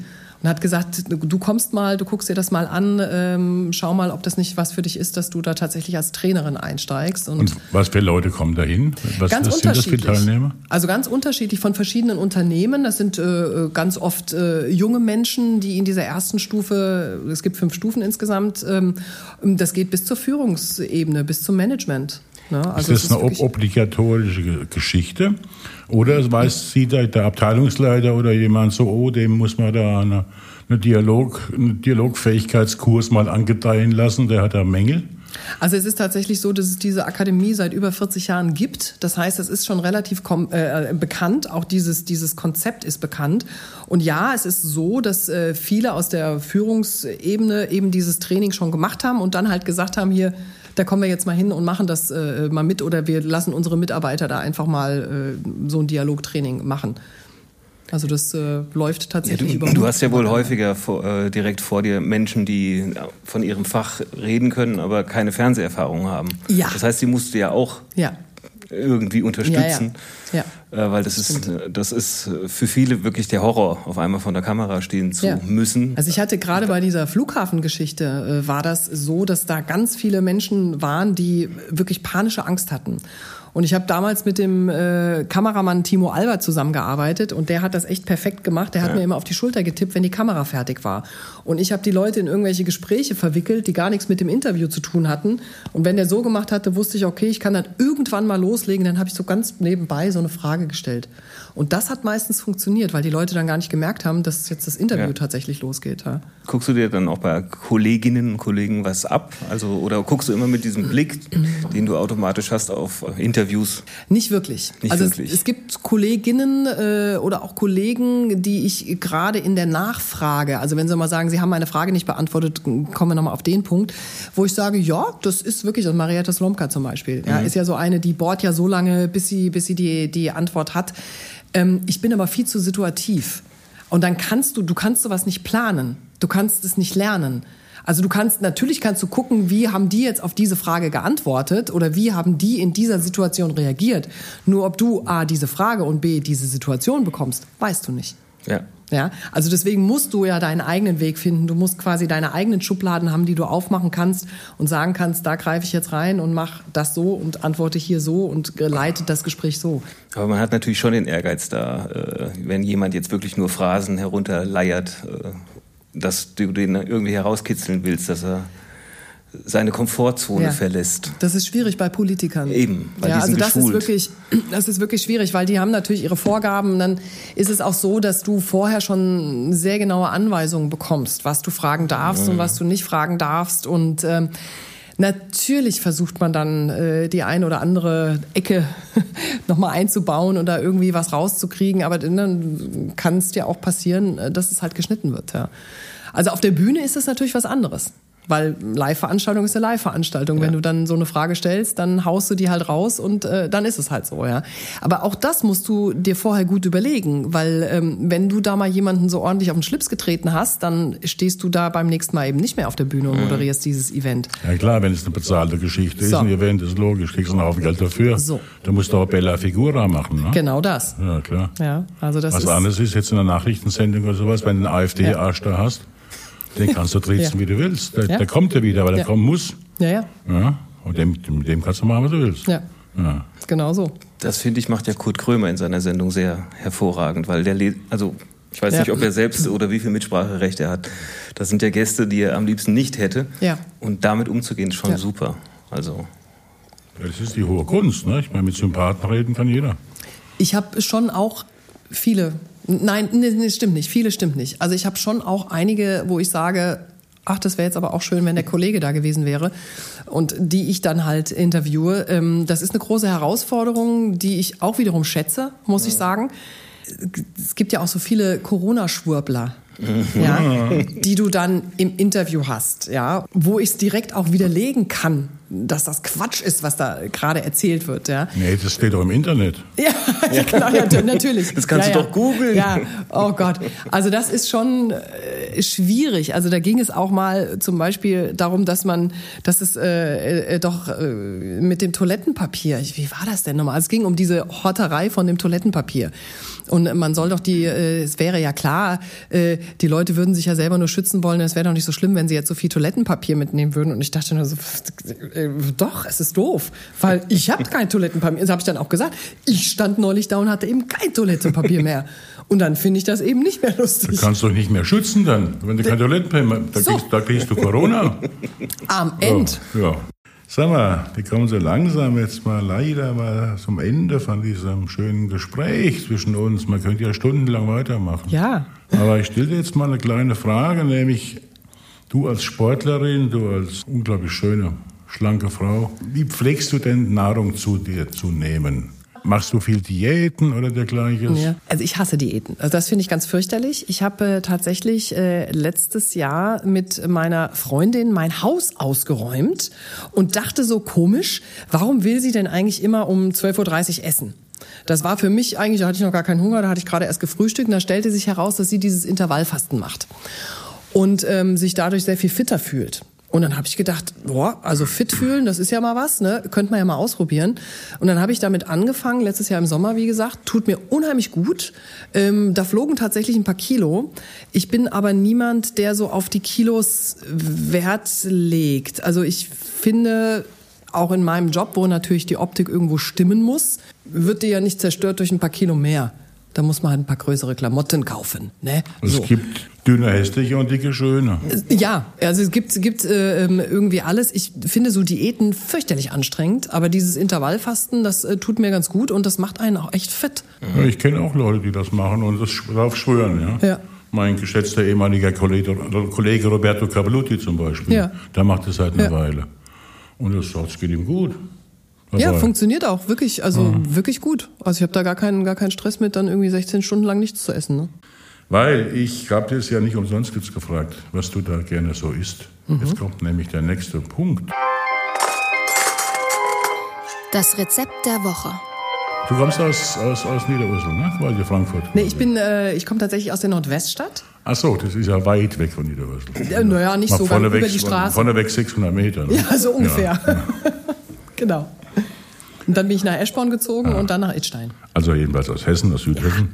und hat gesagt, du kommst mal, du guckst dir das mal an, ähm, schau mal, ob das nicht was für dich ist, dass du da tatsächlich als Trainerin einsteigst. Und, und was für Leute kommen da hin? Was ganz was sind das für Teilnehmer? Also ganz unterschiedlich von verschiedenen Unternehmen. Das sind äh, ganz oft äh, junge Menschen, die in dieser ersten Stufe, es gibt fünf Stufen insgesamt, ähm, das geht bis zur Führungsebene, bis zum Management. Ne? Also ist das eine ob- obligatorische Geschichte? Oder weiß sieht der Abteilungsleiter oder jemand so, oh, dem muss man da eine, eine Dialog, einen Dialogfähigkeitskurs mal angedeihen lassen, der hat da Mängel? Also es ist tatsächlich so, dass es diese Akademie seit über vierzig Jahren gibt. Das heißt, es ist schon relativ kom- äh, bekannt. Auch dieses, dieses Konzept ist bekannt. Und ja, es ist so, dass äh, viele aus der Führungsebene eben dieses Training schon gemacht haben und dann halt gesagt haben, hier, da kommen wir jetzt mal hin und machen das äh, mal mit oder wir lassen unsere Mitarbeiter da einfach mal äh, so ein Dialogtraining machen. Also das äh, läuft tatsächlich ja, du, über. Du hast ja wohl häufiger vor, äh, direkt vor dir Menschen, die von ihrem Fach reden können, aber keine Fernseherfahrung haben. Ja. Das heißt, die musst du ja auch ja. irgendwie unterstützen, ja, ja. Äh, weil das ist, das ist für viele wirklich der Horror, auf einmal vor der Kamera stehen zu ja. müssen. Also ich hatte gerade bei dieser Flughafengeschichte äh, war das so, dass da ganz viele Menschen waren, die wirklich panische Angst hatten. Und ich habe damals mit dem äh, Kameramann Timo Albert zusammengearbeitet und der hat das echt perfekt gemacht. Der hat ja. mir immer auf die Schulter getippt, wenn die Kamera fertig war. Und ich habe die Leute in irgendwelche Gespräche verwickelt, die gar nichts mit dem Interview zu tun hatten. Und wenn der so gemacht hatte, wusste ich, okay, ich kann dann irgendwann mal loslegen. Dann habe ich so ganz nebenbei so eine Frage gestellt. Und das hat meistens funktioniert, weil die Leute dann gar nicht gemerkt haben, dass jetzt das Interview ja. tatsächlich losgeht. Ja. Guckst du dir dann auch bei Kolleginnen und Kollegen was ab? Also, oder guckst du immer mit diesem Blick, den du automatisch hast, auf Interviews? Nicht wirklich. Nicht also wirklich. Es, es gibt Kolleginnen äh, oder auch Kollegen, die ich gerade in der Nachfrage, also wenn sie mal sagen, sie haben meine Frage nicht beantwortet, kommen wir nochmal auf den Punkt, wo ich sage, ja, das ist wirklich, also Marietta Slomka zum Beispiel, ja, mhm. ist ja so eine, die bohrt ja so lange, bis sie, bis sie die, die Antwort hat. Ähm, ich bin aber viel zu situativ. Und dann kannst du, du kannst sowas nicht planen. Du kannst es nicht lernen. Also du kannst, natürlich kannst du gucken, wie haben die jetzt auf diese Frage geantwortet oder wie haben die in dieser Situation reagiert. Nur ob du A, diese Frage und B, diese Situation bekommst, weißt du nicht. Ja. Ja, also deswegen musst du ja deinen eigenen Weg finden. Du musst quasi deine eigenen Schubladen haben, die du aufmachen kannst und sagen kannst, da greife ich jetzt rein und mach das so und antworte hier so und leite das Gespräch so. Aber man hat natürlich schon den Ehrgeiz da, wenn jemand jetzt wirklich nur Phrasen herunterleiert, dass du den irgendwie herauskitzeln willst, dass er seine Komfortzone ja. verlässt. Das ist schwierig bei Politikern. Eben, weil ja, die sind also das geschult. ist wirklich, das ist wirklich schwierig, weil die haben natürlich ihre Vorgaben. Dann ist es auch so, dass du vorher schon sehr genaue Anweisungen bekommst, was du fragen darfst mhm. und was du nicht fragen darfst. Und ähm, natürlich versucht man dann äh, die eine oder andere Ecke nochmal einzubauen und da irgendwie was rauszukriegen. Aber dann kann es dir auch passieren, dass es halt geschnitten wird. Ja. Also auf der Bühne ist es natürlich was anderes. Weil Live-Veranstaltung ist eine Live-Veranstaltung. Ja. Wenn du dann so eine Frage stellst, dann haust du die halt raus und äh, dann ist es halt so, ja. Aber auch das musst du dir vorher gut überlegen, weil ähm, wenn du da mal jemanden so ordentlich auf den Schlips getreten hast, dann stehst du da beim nächsten Mal eben nicht mehr auf der Bühne und moderierst dieses Event. Ja klar, wenn es eine bezahlte Geschichte so. ist, ein Event ist logisch, kriegst du einen Haufen Geld dafür. So. Da musst du auch Bella Figura machen, ne? Genau das. Ja, klar. Ja, also das Was ist anderes ist jetzt in einer Nachrichtensendung oder sowas, wenn du einen AfD-Arsch ja. da hast, den kannst du tritzen, ja. wie du willst. Der, ja. der kommt ja wieder, weil der ja. kommen muss. Ja, ja. ja. Und dem, mit dem kannst du machen, was du willst. Ja, ja. Genau so. Das, finde ich, macht ja Kurt Krömer in seiner Sendung sehr hervorragend, weil der, le- also ich weiß ja. nicht, ob er selbst oder wie viel Mitspracherecht er hat. Das sind ja Gäste, die er am liebsten nicht hätte. Ja. Und damit umzugehen, ist schon ja. super. Also. Ja, das ist die hohe Kunst, ne? Ich meine, mit Sympathen reden kann jeder. Ich habe schon auch viele... Nein, nee, nee, stimmt nicht. Viele stimmt nicht. Also ich habe schon auch einige, wo ich sage, ach, das wäre jetzt aber auch schön, wenn der Kollege da gewesen wäre und die ich dann halt interviewe. Das ist eine große Herausforderung, die ich auch wiederum schätze, muss ich sagen. Es gibt ja auch so viele Corona-Schwurbler. Ja, die du dann im Interview hast, ja, wo ich es direkt auch widerlegen kann, dass das Quatsch ist, was da gerade erzählt wird. Ja. Nee, das steht doch im Internet. Ja, ja klar, ja, natürlich. Das kannst ja, du ja. doch googeln. Ja, oh Gott. Also das ist schon äh, schwierig. Also da ging es auch mal zum Beispiel darum, dass man, dass es äh, äh, doch äh, mit dem Toilettenpapier, wie war das denn nochmal? Also es ging um diese Horterei von dem Toilettenpapier. Und man soll doch die, äh, es wäre ja klar, äh, die Leute würden sich ja selber nur schützen wollen. Es wäre doch nicht so schlimm, wenn sie jetzt so viel Toilettenpapier mitnehmen würden. Und ich dachte nur so, äh, doch, es ist doof, weil ich habe kein Toilettenpapier. Das habe ich dann auch gesagt. Ich stand neulich da und hatte eben kein Toilettenpapier mehr. Und dann finde ich das eben nicht mehr lustig. Du kannst doch nicht mehr schützen dann, wenn du kein Toilettenpapier mehr hast. Da, So. da kriegst du Corona. Am Ende. Ja, ja. Sag mal, wir kommen so langsam jetzt mal leider mal zum Ende von diesem schönen Gespräch zwischen uns. Man könnte ja stundenlang weitermachen. Ja. Aber ich stelle dir jetzt mal eine kleine Frage, nämlich du als Sportlerin, du als unglaublich schöne, schlanke Frau, wie pflegst du denn Nahrung zu dir zu nehmen? Machst du viel Diäten oder dergleichen? Ja. Also ich hasse Diäten. Also das finde ich ganz fürchterlich. Ich habe äh, tatsächlich äh, letztes Jahr mit meiner Freundin mein Haus ausgeräumt und dachte so komisch, warum will sie denn eigentlich immer um zwölf Uhr dreißig essen? Das war für mich eigentlich, da hatte ich noch gar keinen Hunger, da hatte ich gerade erst gefrühstückt und da stellte sich heraus, dass sie dieses Intervallfasten macht und ähm, sich dadurch sehr viel fitter fühlt. Und dann habe ich gedacht, boah, also fit fühlen, das ist ja mal was, ne? Könnte man ja mal ausprobieren. Und dann habe ich damit angefangen, letztes Jahr im Sommer, wie gesagt, tut mir unheimlich gut. Ähm, da flogen tatsächlich ein paar Kilo. Ich bin aber niemand, der so auf die Kilos Wert legt. Also ich finde, auch in meinem Job, wo natürlich die Optik irgendwo stimmen muss, wird die ja nicht zerstört durch ein paar Kilo mehr. Da muss man halt ein paar größere Klamotten kaufen. Ne? Es So. gibt dünne, hässliche und dicke, schöne. Ja, also es gibt, gibt äh, irgendwie alles. Ich finde so Diäten fürchterlich anstrengend, aber dieses Intervallfasten, das äh, tut mir ganz gut und das macht einen auch echt fit. Ja, ich kenne auch Leute, die das machen und das darauf schwören. Ja? Ja. Mein geschätzter ehemaliger Kollege, Kollege Roberto Cavalluti zum Beispiel, Ja. der macht das seit einer Ja. Weile. Und das, das geht ihm gut. Ja, Dabei. funktioniert auch, wirklich, also wirklich gut. Also ich habe da gar keinen, gar keinen Stress mit, dann irgendwie sechzehn Stunden lang nichts zu essen. Ne? Weil ich habe das ja nicht umsonst jetzt gefragt, was du da gerne so isst. Mhm. Jetzt kommt nämlich der nächste Punkt. Das Rezept der Woche. Du kommst aus, aus, aus Niederursel, ne? Weil ihr Frankfurt. Nee, ich bin, äh, ich komme tatsächlich aus der Nordweststadt. Ach so, das ist ja weit weg von Niederursel. Ja, naja, nicht Mal so weit, über vorneweg- die Straße. Vorneweg sechshundert Meter. Ne? Ja, so ungefähr. Ja, ja. Genau. Und dann bin ich nach Eschborn gezogen und dann nach Idstein. Also jedenfalls aus Hessen, aus Südhessen.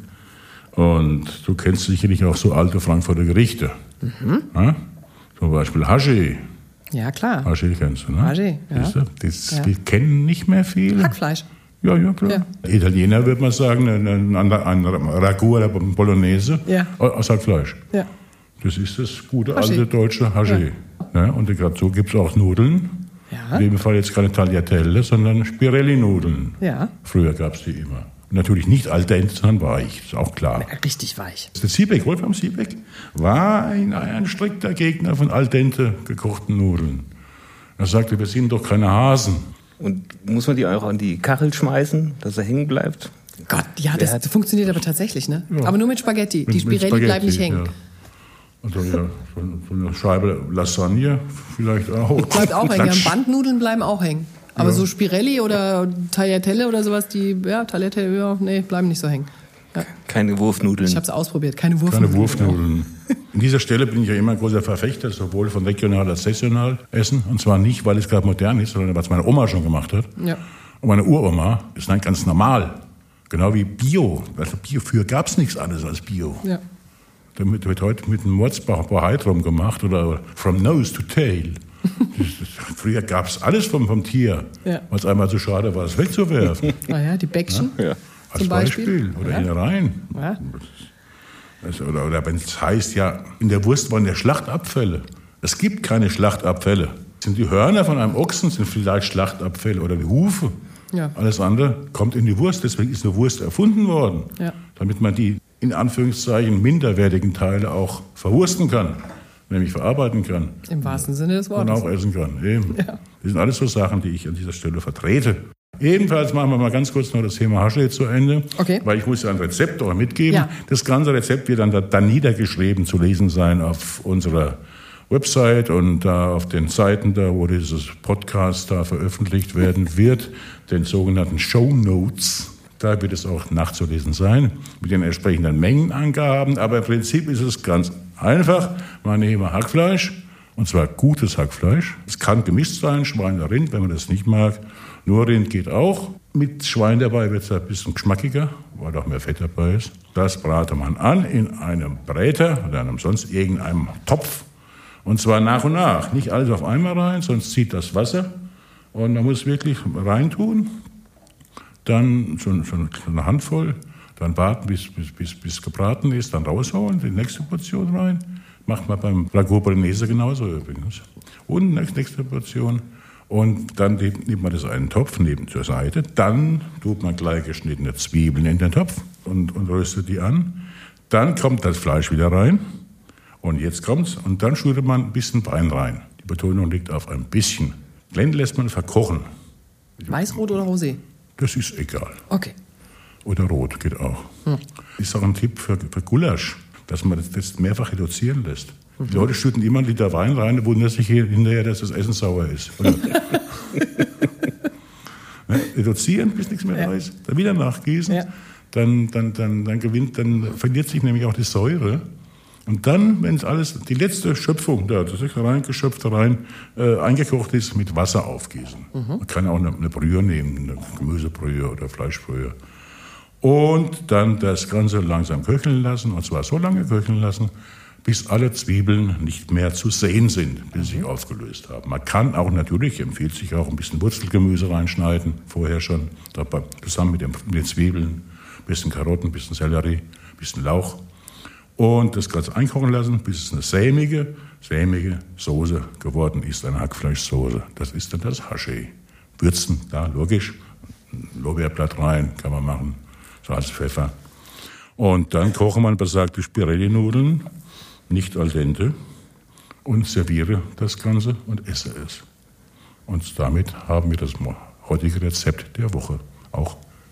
Und du kennst sicherlich auch so alte Frankfurter Gerichte. Mhm. Ja? Zum Beispiel Haschee. Ja, klar. Haschee kennst du, ne? Haschee, ja. Siehst du? Das, Ja. Wir kennen nicht mehr viele. Hackfleisch. Ja, ja, klar. Ja. Italiener würde man sagen, ein, ein, ein Ragout oder Bolognese Ja. aus Hackfleisch. Ja. Das ist das gute Haschee. alte deutsche Haschee. Ja. Und gerade so gibt es auch Nudeln. Ja. In dem Fall jetzt keine Tagliatelle, sondern Spirelli-Nudeln. Ja. Früher gab es die immer. Natürlich nicht al dente, sondern weich, ist auch klar. Richtig weich. Der Siebeck, Wolfram Siebeck, war ein, ein strikter Gegner von al dente gekochten Nudeln. Er sagte, wir sind doch keine Hasen. Und muss man die auch an die Kachel schmeißen, dass er hängen bleibt? Gott, ja, Wer das hat- funktioniert aber tatsächlich, ne? Ja. Aber nur mit Spaghetti. Die Mit- mit Spirelli bleiben Spaghetti, nicht hängen. Ja. Also ja, so, so eine Scheibe Lasagne vielleicht auch. Bleibt auch hängen. Ja, Klatsch. Bandnudeln bleiben auch hängen. Aber Ja. so Spirelli oder Tagliatelle oder sowas, die, ja, Tagliatelle, ja, nee, bleiben nicht so hängen. Ja. Keine Wurfnudeln. Ich habe es ausprobiert. Keine Wurfnudeln. Keine Wurfnudeln. An dieser Stelle bin ich ja immer ein großer Verfechter, sowohl von regional als saisonal Essen. Und zwar nicht, weil es gerade modern ist, sondern weil es meine Oma schon gemacht hat. Ja. Und meine Uroma ist dann ganz normal. Genau wie Bio. Also Bio früher gab es nichts anderes als Bio. Ja. Damit wird heute mit einem Mordsbach drum gemacht oder from nose to tail. Das, das, früher gab es alles vom, vom Tier, Ja. weil es einmal so schade war, es wegzuwerfen. Ah ja, die Bäckchen Ja. Als zum Beispiel. Beispiel. Oder Ja. Innereien. Ja. Also, oder oder wenn es heißt, ja, in der Wurst waren ja Schlachtabfälle. Es gibt keine Schlachtabfälle. Sind die Hörner von einem Ochsen, sind vielleicht Schlachtabfälle oder die Hufe. Ja. Alles andere kommt in die Wurst. Deswegen ist eine Wurst erfunden worden. Ja. Damit man die in Anführungszeichen minderwertigen Teile auch verwursten kann. Nämlich verarbeiten kann. Im wahrsten Sinne des Und Wortes. auch essen kann. Eben. Ja. Das sind alles so Sachen, die ich an dieser Stelle vertrete. Ebenfalls machen wir mal ganz kurz noch das Thema Haschee zu Ende. Okay. Weil ich muss ja ein Rezept auch mitgeben. Ja. Das ganze Rezept wird dann, dann niedergeschrieben zu lesen sein auf unserer Website und da auf den Seiten, da wo dieses Podcast da veröffentlicht werden wird, den sogenannten Show Notes. Da wird es auch nachzulesen sein, mit den entsprechenden Mengenangaben. Aber im Prinzip ist es ganz einfach. Man nehme Hackfleisch, und zwar gutes Hackfleisch. Es kann gemischt sein, Schwein oder Rind, wenn man das nicht mag. Nur Rind geht auch. Mit Schwein dabei wird es ein bisschen geschmackiger, weil auch mehr Fett dabei ist. Das brate man an in einem Bräter oder einem sonst irgendeinem Topf. Und zwar nach und nach. Nicht alles auf einmal rein, sonst zieht das Wasser. Und man muss wirklich reintun. Dann so, so eine Handvoll, dann warten, bis, bis, bis, bis gebraten ist, dann rausholen, die nächste Portion rein. Macht man beim Ragout Bolognese genauso übrigens. Und nächste Portion. Und dann nimmt man das in einen Topf neben zur Seite. Dann tut man gleich geschnittene Zwiebeln in den Topf und, und röstet die an. Dann kommt das Fleisch wieder rein. Und jetzt kommt's. Und dann schüttet man ein bisschen Wein rein. Die Betonung liegt auf ein bisschen. Dann lässt man verkochen. Weißrot oder Rosé? Das ist egal. Okay. Oder rot geht auch. Hm. Ist auch ein Tipp für, für Gulasch, dass man das, das mehrfach reduzieren lässt. Mhm. Die Leute schütten immer einen Liter Wein rein und wundern sich hinterher, dass das Essen sauer ist. Ja, reduzieren, bis nichts mehr ja. da ist. Dann wieder nachgießen. Ja. Dann, dann, dann, dann gewinnt, dann verliert sich nämlich auch die Säure. Und dann, wenn es alles, die letzte Schöpfung, da, das ist reingeschöpft, rein, äh, eingekocht ist, mit Wasser aufgießen. Mhm. Man kann auch eine, eine Brühe nehmen, eine Gemüsebrühe oder Fleischbrühe. Und dann das Ganze langsam köcheln lassen, und zwar so lange köcheln lassen, bis alle Zwiebeln nicht mehr zu sehen sind, bis sie sich aufgelöst haben. Man kann auch natürlich, empfiehlt sich auch, ein bisschen Wurzelgemüse reinschneiden, vorher schon, dabei, zusammen mit, dem, mit den Zwiebeln, ein bisschen Karotten, ein bisschen Sellerie, ein bisschen Lauch. Und das Ganze einkochen lassen, bis es eine sämige, sämige Soße geworden ist, eine Hackfleischsoße. Das ist dann das Haché. Würzen, da logisch, Lorbeerblatt rein, kann man machen, Salz, Pfeffer. Und dann koche man besagte Spirelli-Nudeln, nicht al dente, und serviere das Ganze und esse es. Und damit haben wir das heutige Rezept der Woche auch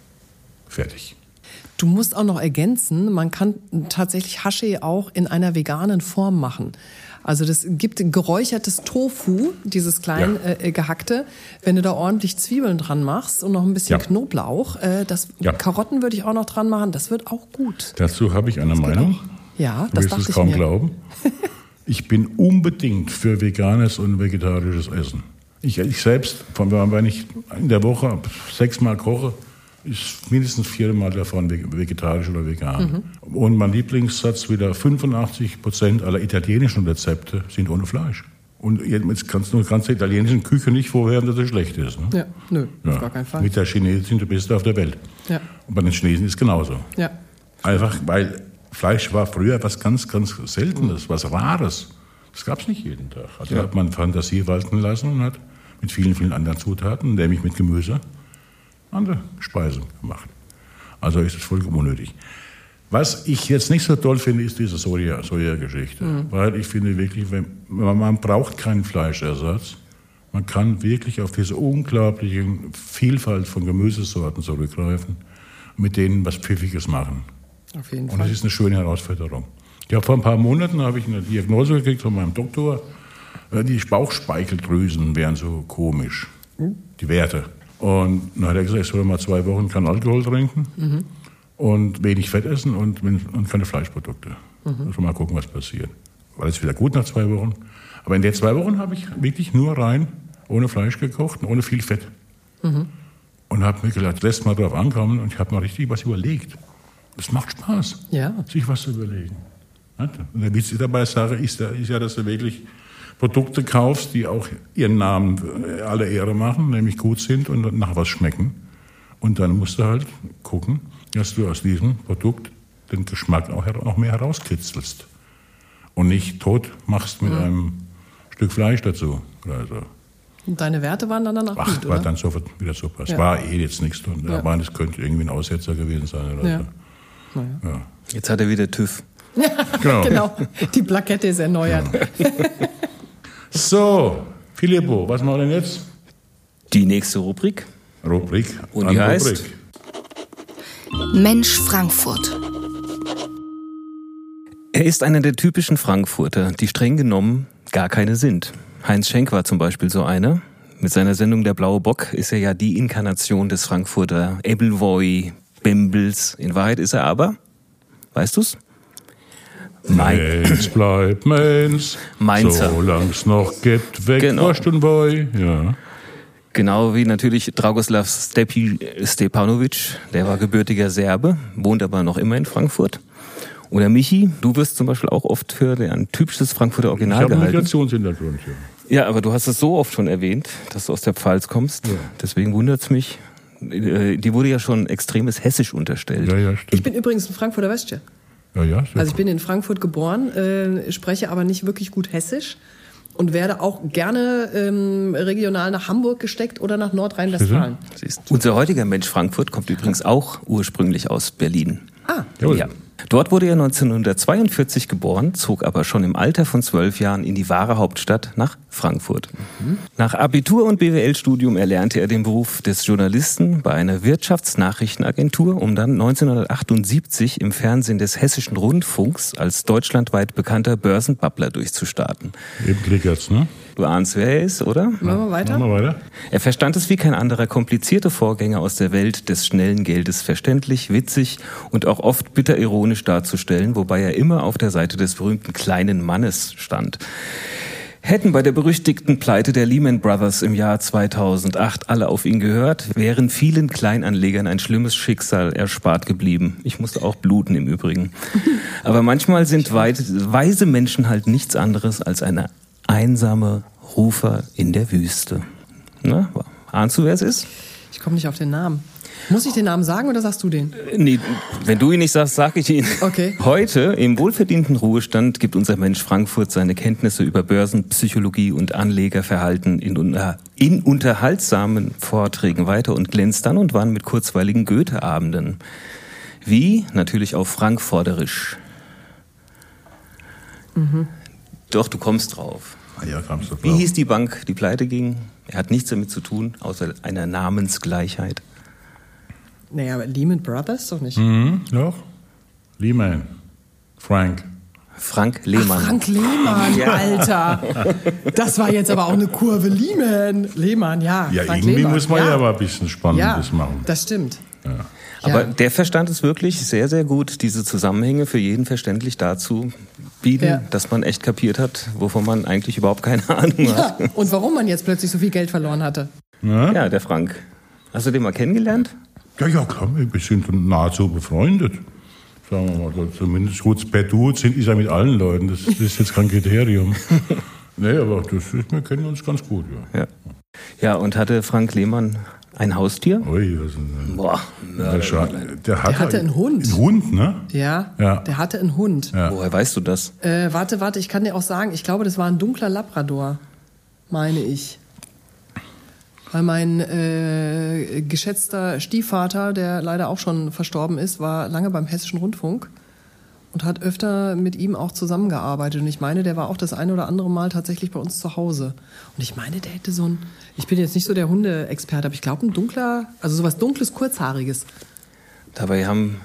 fertig. Du musst auch noch ergänzen, man kann tatsächlich Haché auch in einer veganen Form machen. Also das gibt geräuchertes Tofu, dieses klein ja. äh, gehackte. Wenn du da ordentlich Zwiebeln dran machst und noch ein bisschen ja. Knoblauch, äh, das ja. Karotten würde ich auch noch dran machen, das wird auch gut. Dazu habe ich eine das Meinung. Ja, das dachte ich mir. Du wirst es kaum glauben. Ich bin unbedingt für veganes und vegetarisches Essen. Ich, ich selbst, wenn ich in der Woche sechsmal koche, ist mindestens viermal davon vegetarisch oder vegan. Mhm. Und mein Lieblingssatz wieder, fünfundachtzig Prozent aller italienischen Rezepte sind ohne Fleisch. Und jetzt kannst du kannst der italienischen Küche nicht vorwerfen, dass es schlecht ist. Ne? Ja, nö, ja. auf gar keinen Fall. Mit der Chinesen sind die Beste auf der Welt. Ja. Und bei den Chinesen ist es genauso. Ja. Einfach, weil Fleisch war früher was ganz, ganz Seltenes, mhm. was Rares. Das gab es nicht jeden Tag. Also ja. hat man Fantasie walten lassen und hat mit vielen, vielen anderen Zutaten, nämlich mit Gemüse, andere Speisen gemacht. Also ist es vollkommen unnötig. Was ich jetzt nicht so toll finde, ist diese Soja, Soja-Geschichte. Mhm. Weil ich finde wirklich, wenn, man braucht keinen Fleischersatz. Man kann wirklich auf diese unglaubliche Vielfalt von Gemüsesorten zurückgreifen, mit denen was Pfiffiges machen. Auf jeden Und Fall. das ist eine schöne Herausforderung. Ja, vor ein paar Monaten habe ich eine Diagnose gekriegt von meinem Doktor. Die Bauchspeicheldrüsen wären so komisch, mhm. die Werte. Und dann hat er gesagt, ich soll mal zwei Wochen keinen Alkohol trinken mhm. und wenig Fett essen und, und keine Fleischprodukte. Mhm. Also mal gucken, was passiert. War jetzt wieder gut nach zwei Wochen. Aber in den zwei Wochen habe ich wirklich nur rein, ohne Fleisch gekocht und ohne viel Fett. Mhm. Und habe mir gedacht, lässt mal drauf ankommen und ich habe mal richtig was überlegt. Es macht Spaß, ja. sich was zu überlegen. Und der Witz dabei Sache ist, ist ja, dass du wirklich Produkte kaufst, die auch ihren Namen alle Ehre machen, nämlich gut sind und nach was schmecken. Und dann musst du halt gucken, dass du aus diesem Produkt den Geschmack auch noch mehr herauskitzelst. Und nicht tot machst mit mhm. einem Stück Fleisch dazu. Also. Und deine Werte waren dann danach Ach, gut, war oder? dann sofort wieder super. Es ja. war eh jetzt nichts drin. Ja. Aber es könnte irgendwie ein Aussetzer gewesen sein. Oder ja. so. Naja. Ja. Jetzt hat er wieder TÜV. Genau. genau. Die Plakette ist erneuert. Ja. So, Filippo, was machen wir denn jetzt? Die nächste Rubrik. Rubrik. Und die heißt Rubrik. Mensch Frankfurt. Er ist einer der typischen Frankfurter, die streng genommen gar keine sind. Heinz Schenk war zum Beispiel so einer. Mit seiner Sendung Der blaue Bock ist er ja die Inkarnation des Frankfurter Ebbelwoi Bimbles. In Wahrheit ist er aber, weißt du's? Mainz bleibt Mainz, Mainzer. Solang's noch gibt, weg Genau. Wurst und Woi. Ja. Genau wie natürlich Dragoslav Stepi Stepanovic, der war gebürtiger Serbe, wohnt aber noch immer in Frankfurt. Oder Michi, du wirst zum Beispiel auch oft für ein typisches Frankfurter Ich Original habe einen gehalten. Migrationshintergrund, ja. Ja, aber du hast es so oft schon erwähnt, dass du aus der Pfalz kommst. Ja. Deswegen wundert's mich. Äh, Die wurde ja schon extremes Hessisch unterstellt. Ja, ja, Ich stimmt. bin übrigens ein Frankfurter Westje. Ja, ja, sehr Also ich gut. bin in Frankfurt geboren, äh, spreche aber nicht wirklich gut Hessisch und werde auch gerne ähm, regional nach Hamburg gesteckt oder nach Nordrhein-Westfalen. Siehst du. Unser heutiger Mensch Frankfurt kommt übrigens auch ursprünglich aus Berlin. Ah, Jawohl. Ja. Dort wurde er neunzehnhundertzweiundvierzig geboren, zog aber schon im Alter von zwölf Jahren in die wahre Hauptstadt nach Frankfurt. Mhm. Nach Abitur und B W L-Studium erlernte er den Beruf des Journalisten bei einer Wirtschaftsnachrichtenagentur, um dann neunzehnhundertachtundsiebzig im Fernsehen des Hessischen Rundfunks als deutschlandweit bekannter Börsenbabbler durchzustarten. Eben klickert's, ne? Du ahnst, wer er ist, oder? machen wir weiter. Machen wir weiter. Er verstand es wie kein anderer komplizierte Vorgänger aus der Welt des schnellen Geldes verständlich, witzig und auch oft bitter ironisch darzustellen, wobei er immer auf der Seite des berühmten kleinen Mannes stand. Hätten bei der berüchtigten Pleite der Lehman Brothers im Jahr zweitausendacht alle auf ihn gehört, wären vielen Kleinanlegern ein schlimmes Schicksal erspart geblieben. Ich musste auch bluten im Übrigen. Aber manchmal sind weit, weise Menschen halt nichts anderes als eine einsame Rufer in der Wüste. Na, ahnst du, wer es ist? Ich komme nicht auf den Namen. Muss ich den Namen sagen oder sagst du den? Nee, wenn du ihn nicht sagst, sag ich ihn. Okay. Heute, im wohlverdienten Ruhestand, gibt unser Mensch Frankfurt seine Kenntnisse über Börsen, Psychologie und Anlegerverhalten in, unter, in unterhaltsamen Vorträgen weiter und glänzt dann und wann mit kurzweiligen Goethe-Abenden. Wie? Natürlich auf Frankfurterisch. Mhm. Doch, du kommst drauf. Ah ja, kamst du Wie drauf. hieß die Bank, die pleite ging? Er hat nichts damit zu tun, außer einer Namensgleichheit. Naja, aber Lehman Brothers doch nicht. Mhm, doch. Lehman. Frank. Frank Lehmann. Frank Lehmann, Alter. Das war jetzt aber auch eine Kurve. Lehman. Lehmann, ja. Ja, Frank irgendwie Lehmann. muss man ja, aber ein bisschen ja, Spannendes machen. das stimmt. Ja. Aber Ja. der verstand es wirklich sehr, sehr gut, diese Zusammenhänge für jeden verständlich dazu bieten, Ja. dass man echt kapiert hat, wovon man eigentlich überhaupt keine Ahnung Ja, hat. und warum man jetzt plötzlich so viel Geld verloren hatte. Ja? Ja, der Frank. Hast du den mal kennengelernt? Ja, ja, klar, wir sind nahezu befreundet. Sagen wir mal, zumindest gut per Du sind ist er mit allen Leuten. Das, das ist jetzt kein Kriterium. Nee, aber das ist, wir kennen uns ganz gut, ja. Ja. Ja, und hatte Frank Lehmann ein Haustier? Ui, was ist denn Boah, der, Scha- der, hatte, Der hatte einen Hund. Einen Hund, ne? Ja, Ja. der hatte einen Hund. Ja. woher weißt du das? Äh, warte, warte, ich kann dir auch sagen, ich glaube, das war ein dunkler Labrador, meine ich. Weil mein äh, geschätzter Stiefvater, der leider auch schon verstorben ist, war lange beim Hessischen Rundfunk und hat öfter mit ihm auch zusammengearbeitet. Und ich meine, der war auch das eine oder andere Mal tatsächlich bei uns zu Hause. Und ich meine, der hätte so ein, ich bin jetzt nicht so der Hundeexperte, aber ich glaube ein dunkler, also sowas dunkles, kurzhaariges. Dabei haben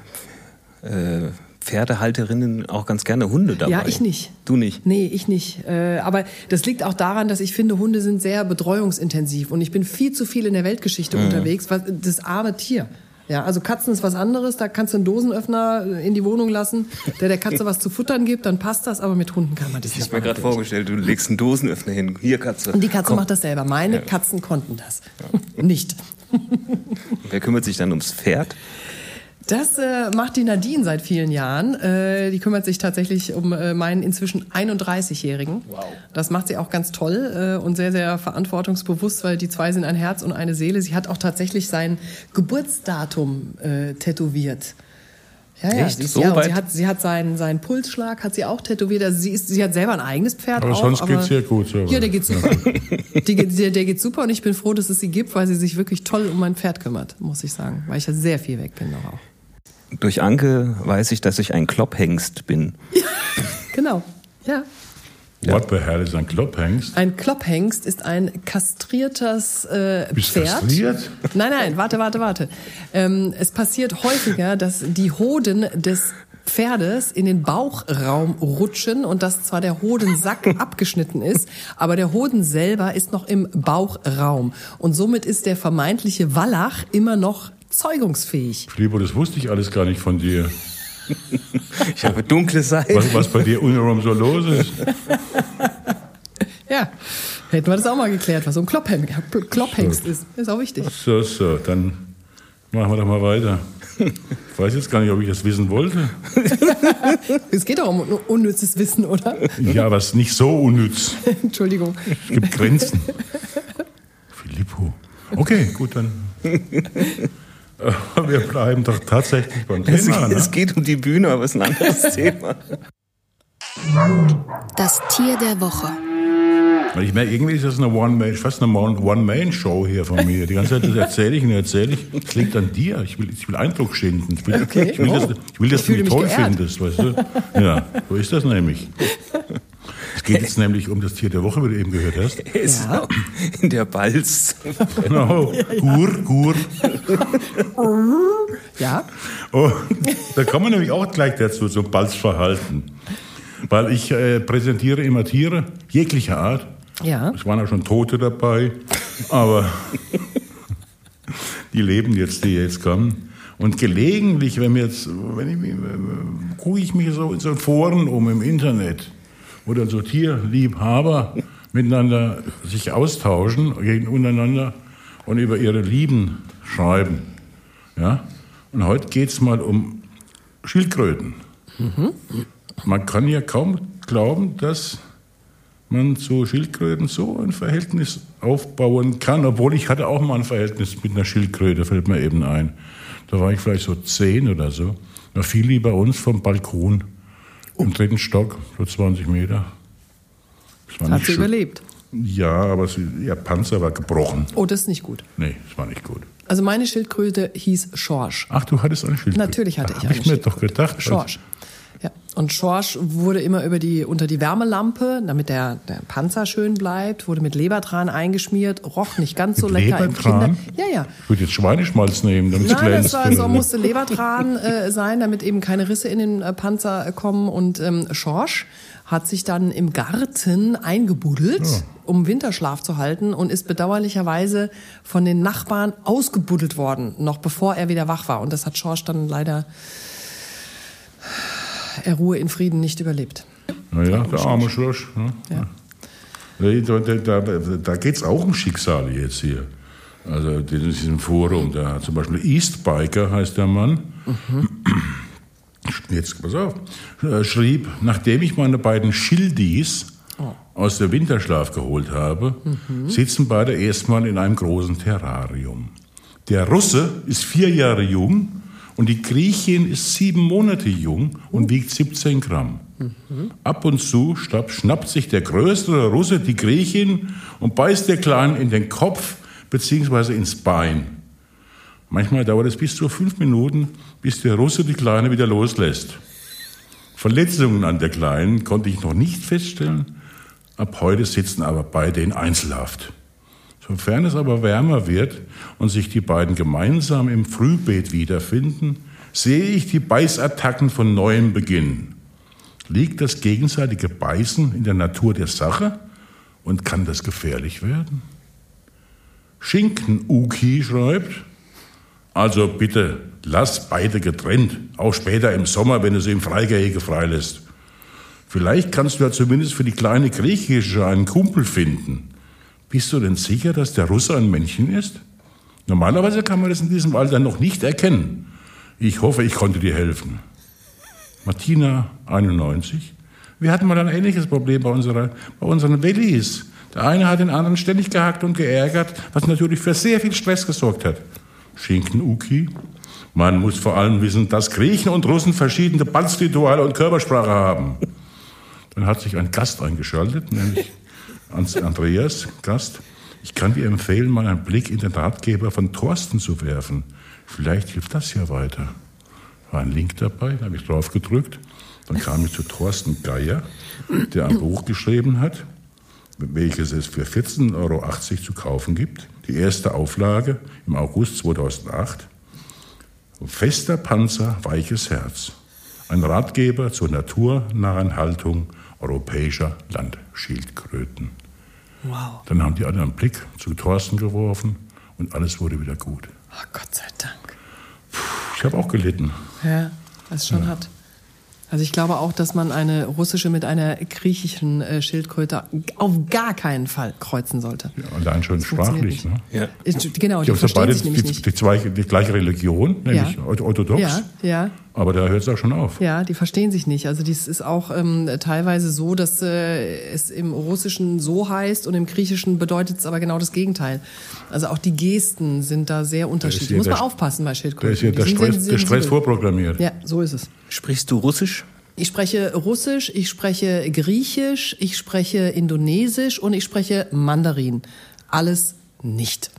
äh, Pferdehalterinnen auch ganz gerne Hunde dabei. Ja, ich nicht. Du nicht? Nee, ich nicht. Äh, aber das liegt auch daran, dass ich finde, Hunde sind sehr betreuungsintensiv. Und ich bin viel zu viel in der Weltgeschichte Mhm. unterwegs. Was, das arme Tier. Ja, also Katzen ist was anderes. Da kannst du einen Dosenöffner in die Wohnung lassen, der der Katze was zu futtern gibt, dann passt das. Aber mit Hunden kann man das Ich nicht habe mir gerade vorgestellt, du legst einen Dosenöffner hin. Hier, Katze. Und die Katze Komm. macht das selber. Meine Katzen konnten das. Nicht. Wer kümmert sich dann ums Pferd? Das äh, macht die Nadine seit vielen Jahren. Äh, die kümmert sich tatsächlich um äh, meinen inzwischen einunddreißigjährigen. Wow. Das macht sie auch ganz toll äh, und sehr, sehr verantwortungsbewusst, weil die zwei sind ein Herz und eine Seele. Sie hat auch tatsächlich sein Geburtsdatum äh, tätowiert. Ja, ja, Echt? sie, ist, So ja und weit? sie hat, sie hat seinen, seinen Pulsschlag, hat sie auch tätowiert. Also sie, ist, sie hat selber ein eigenes Pferd Aber auch. sonst geht's ihr gut, so. Ja, der geht super. Die, geht- der, der geht super und ich bin froh, dass es sie gibt, weil sie sich wirklich toll um mein Pferd kümmert, muss ich sagen. Weil ich ja sehr viel weg bin noch auch. Durch Anke weiß ich, dass ich ein Klopphengst bin. Genau, ja. What the hell ist ein Klopphengst? Ein Klopphengst ist ein kastriertes äh, Bist du Pferd. kastriert? Nein, nein, warte, warte, warte. Ähm, es passiert häufiger, dass die Hoden des Pferdes in den Bauchraum rutschen und dass zwar der Hodensack abgeschnitten ist, aber der Hoden selber ist noch im Bauchraum. Und somit ist der vermeintliche Wallach immer noch zeugungsfähig. Filippo, das wusste ich alles gar nicht von dir. Ich habe dunkle Seiten. Was, was bei dir untenrum so los ist. Ja, hätten wir das auch mal geklärt, was so ein Kloppheng- Klopphengst ist. Ist auch wichtig. So, so, dann machen wir doch mal weiter. Ich weiß jetzt gar nicht, ob ich das wissen wollte. Es geht doch um unnützes Wissen, oder? Ja, aber es ist nicht so unnütz. Entschuldigung. Es gibt Grenzen. Filippo. Okay, gut, dann. Wir bleiben doch tatsächlich beim Es, Thema. Ne? es geht um die Bühne, aber es ist ein anderes Thema. Das Tier der Woche. Weil ich merke, irgendwie ist das eine One-Man, fast eine One-Man-Show hier von mir. Die ganze Zeit das erzähle ich und erzähle ich. Es liegt an dir. Ich will, ich will Eindruck schinden. Ich will, Okay. ich will, dass, ich will, dass Ich du fühle mich mich toll geehrt. findest. Weißt du? Ja, so ist das nämlich. Es geht jetzt nämlich um das Tier der Woche, wie du eben gehört hast. Er ist Ja. auch in der Balz. Genau. Gur, Gur. Ja? Und da kommen wir nämlich auch gleich dazu, zum Balzverhalten. Weil ich äh, präsentiere immer Tiere jeglicher Art. Ja. Es waren auch schon Tote dabei, aber die leben jetzt, die jetzt kommen. Und gelegentlich, wenn wir jetzt, wenn ich mich, gucke ich mich so in so Foren um im Internet, wo dann so Tierliebhaber miteinander sich austauschen, untereinander und über ihre Lieben schreiben. Ja? Und heute geht es mal um Schildkröten. Mhm. Man kann ja kaum glauben, dass man zu Schildkröten so ein Verhältnis aufbauen kann, obwohl ich hatte auch mal ein Verhältnis mit einer Schildkröte, fällt mir eben ein. Da war ich vielleicht so zehn oder so. Da fiel die bei uns vom Balkon im dritten Stock, so zwanzig Meter. Das war Hat nicht sie schön. überlebt. Ja, aber sie, ihr Panzer war gebrochen. Oh, das ist nicht gut. Nee, das war nicht gut. Also meine Schildkröte hieß Schorsch. Ach, du hattest eine Schildkröte? Natürlich hatte ich Hab eine ich mir doch Schildkröte. gedacht. Schorsch. Ja. Und Schorsch wurde immer über die, unter die Wärmelampe, damit der, der Panzer schön bleibt, wurde mit Lebertran eingeschmiert, roch nicht ganz so Mit lecker im Lebertran? Kinder. Ja, ja. Ich würde jetzt Schweineschmalz nehmen, damit es Nein, glänzt. das war, so musste Lebertran äh, sein, damit eben keine Risse in den äh, Panzer äh, kommen. Und ähm, Schorsch hat sich dann im Garten eingebuddelt, Ja. um Winterschlaf zu halten und ist bedauerlicherweise von den Nachbarn ausgebuddelt worden, noch bevor er wieder wach war. Und das hat Schorsch dann leider, er Ruhe in Frieden, nicht überlebt. Naja, der arme Schorsch. Ne? Ja. Da, da, da, da geht es auch um Schicksale jetzt hier. Also in diesem Forum, da hat zum Beispiel Eastbiker heißt der Mann. Mhm. Jetzt, pass auf, schrieb, nachdem ich meine beiden Schildis oh. aus der Winterschlaf geholt habe, mhm. sitzen beide erstmal in einem großen Terrarium. Der Russe ist vier Jahre jung und die Griechin ist sieben Monate jung und wiegt siebzehn Gramm. Mhm. Ab und zu schnappt sich der größere Russe die Griechin und beißt der Kleinen in den Kopf bzw. ins Bein. Manchmal dauert es bis zu fünf Minuten, bis der Russe die Kleine wieder loslässt. Verletzungen an der Kleinen konnte ich noch nicht feststellen. Ab heute sitzen aber beide in Einzelhaft. Sofern es aber wärmer wird und sich die beiden gemeinsam im Frühbeet wiederfinden, sehe ich die Beißattacken von neuem beginnen. Liegt das gegenseitige Beißen in der Natur der Sache und kann das gefährlich werden? Schinken-Uki schreibt, also bitte, lass beide getrennt, auch später im Sommer, wenn du sie im Freigehege freilässt. Vielleicht kannst du ja zumindest für die kleine Griechische einen Kumpel finden. Bist du denn sicher, dass der Russe ein Männchen ist? Normalerweise kann man das in diesem Alter noch nicht erkennen. Ich hoffe, ich konnte dir helfen. Martina, einundneunzig. Wir hatten mal ein ähnliches Problem bei, unserer, bei unseren Wellis. Der eine hat den anderen ständig gehackt und geärgert, was natürlich für sehr viel Stress gesorgt hat. Schinken-Uki. Man muss vor allem wissen, dass Griechen und Russen verschiedene Balzrituale und Körpersprache haben. Dann hat sich ein Gast eingeschaltet, nämlich Andreas, Gast. Ich kann dir empfehlen, mal einen Blick in den Ratgeber von Thorsten zu werfen. Vielleicht hilft das ja weiter. War ein Link dabei, da habe ich drauf gedrückt. Dann kam ich zu Thorsten Geier, der ein Buch geschrieben hat, welches es für vierzehn Euro achtzig zu kaufen gibt. Die erste Auflage im August zweitausendacht. Fester Panzer, weiches Herz. Ein Ratgeber zur naturnahen Haltung europäischer Landschildkröten. Wow. Dann haben die alle einen Blick zu Thorsten geworfen und alles wurde wieder gut. Oh, Gott sei Dank. Puh, ich habe auch gelitten. Ja, was schon ja. hat. Also ich glaube auch, dass man eine russische mit einer griechischen äh, Schildkröte auf gar keinen Fall kreuzen sollte. Ja, allein schon sprachlich. Ne? Ja. Ich, genau, die, die haben verstehen beide sich nämlich die, nicht. Die, zwei, die gleiche Religion, nämlich Ja. orthodox. Ja, ja. Aber da hört es auch schon auf. Ja, die verstehen sich nicht. Also dies ist auch ähm, teilweise so, dass äh, es im Russischen so heißt und im Griechischen bedeutet es aber genau das Gegenteil. Also auch die Gesten sind da sehr unterschiedlich. Muss man der, aufpassen bei Schildkröten. Da ist ja der Die sind Stress, sehr der Stress sensibel. vorprogrammiert. Ja, so ist es. Sprichst du Russisch? Ich spreche Russisch, ich spreche Griechisch, ich spreche Indonesisch und ich spreche Mandarin. Alles nicht.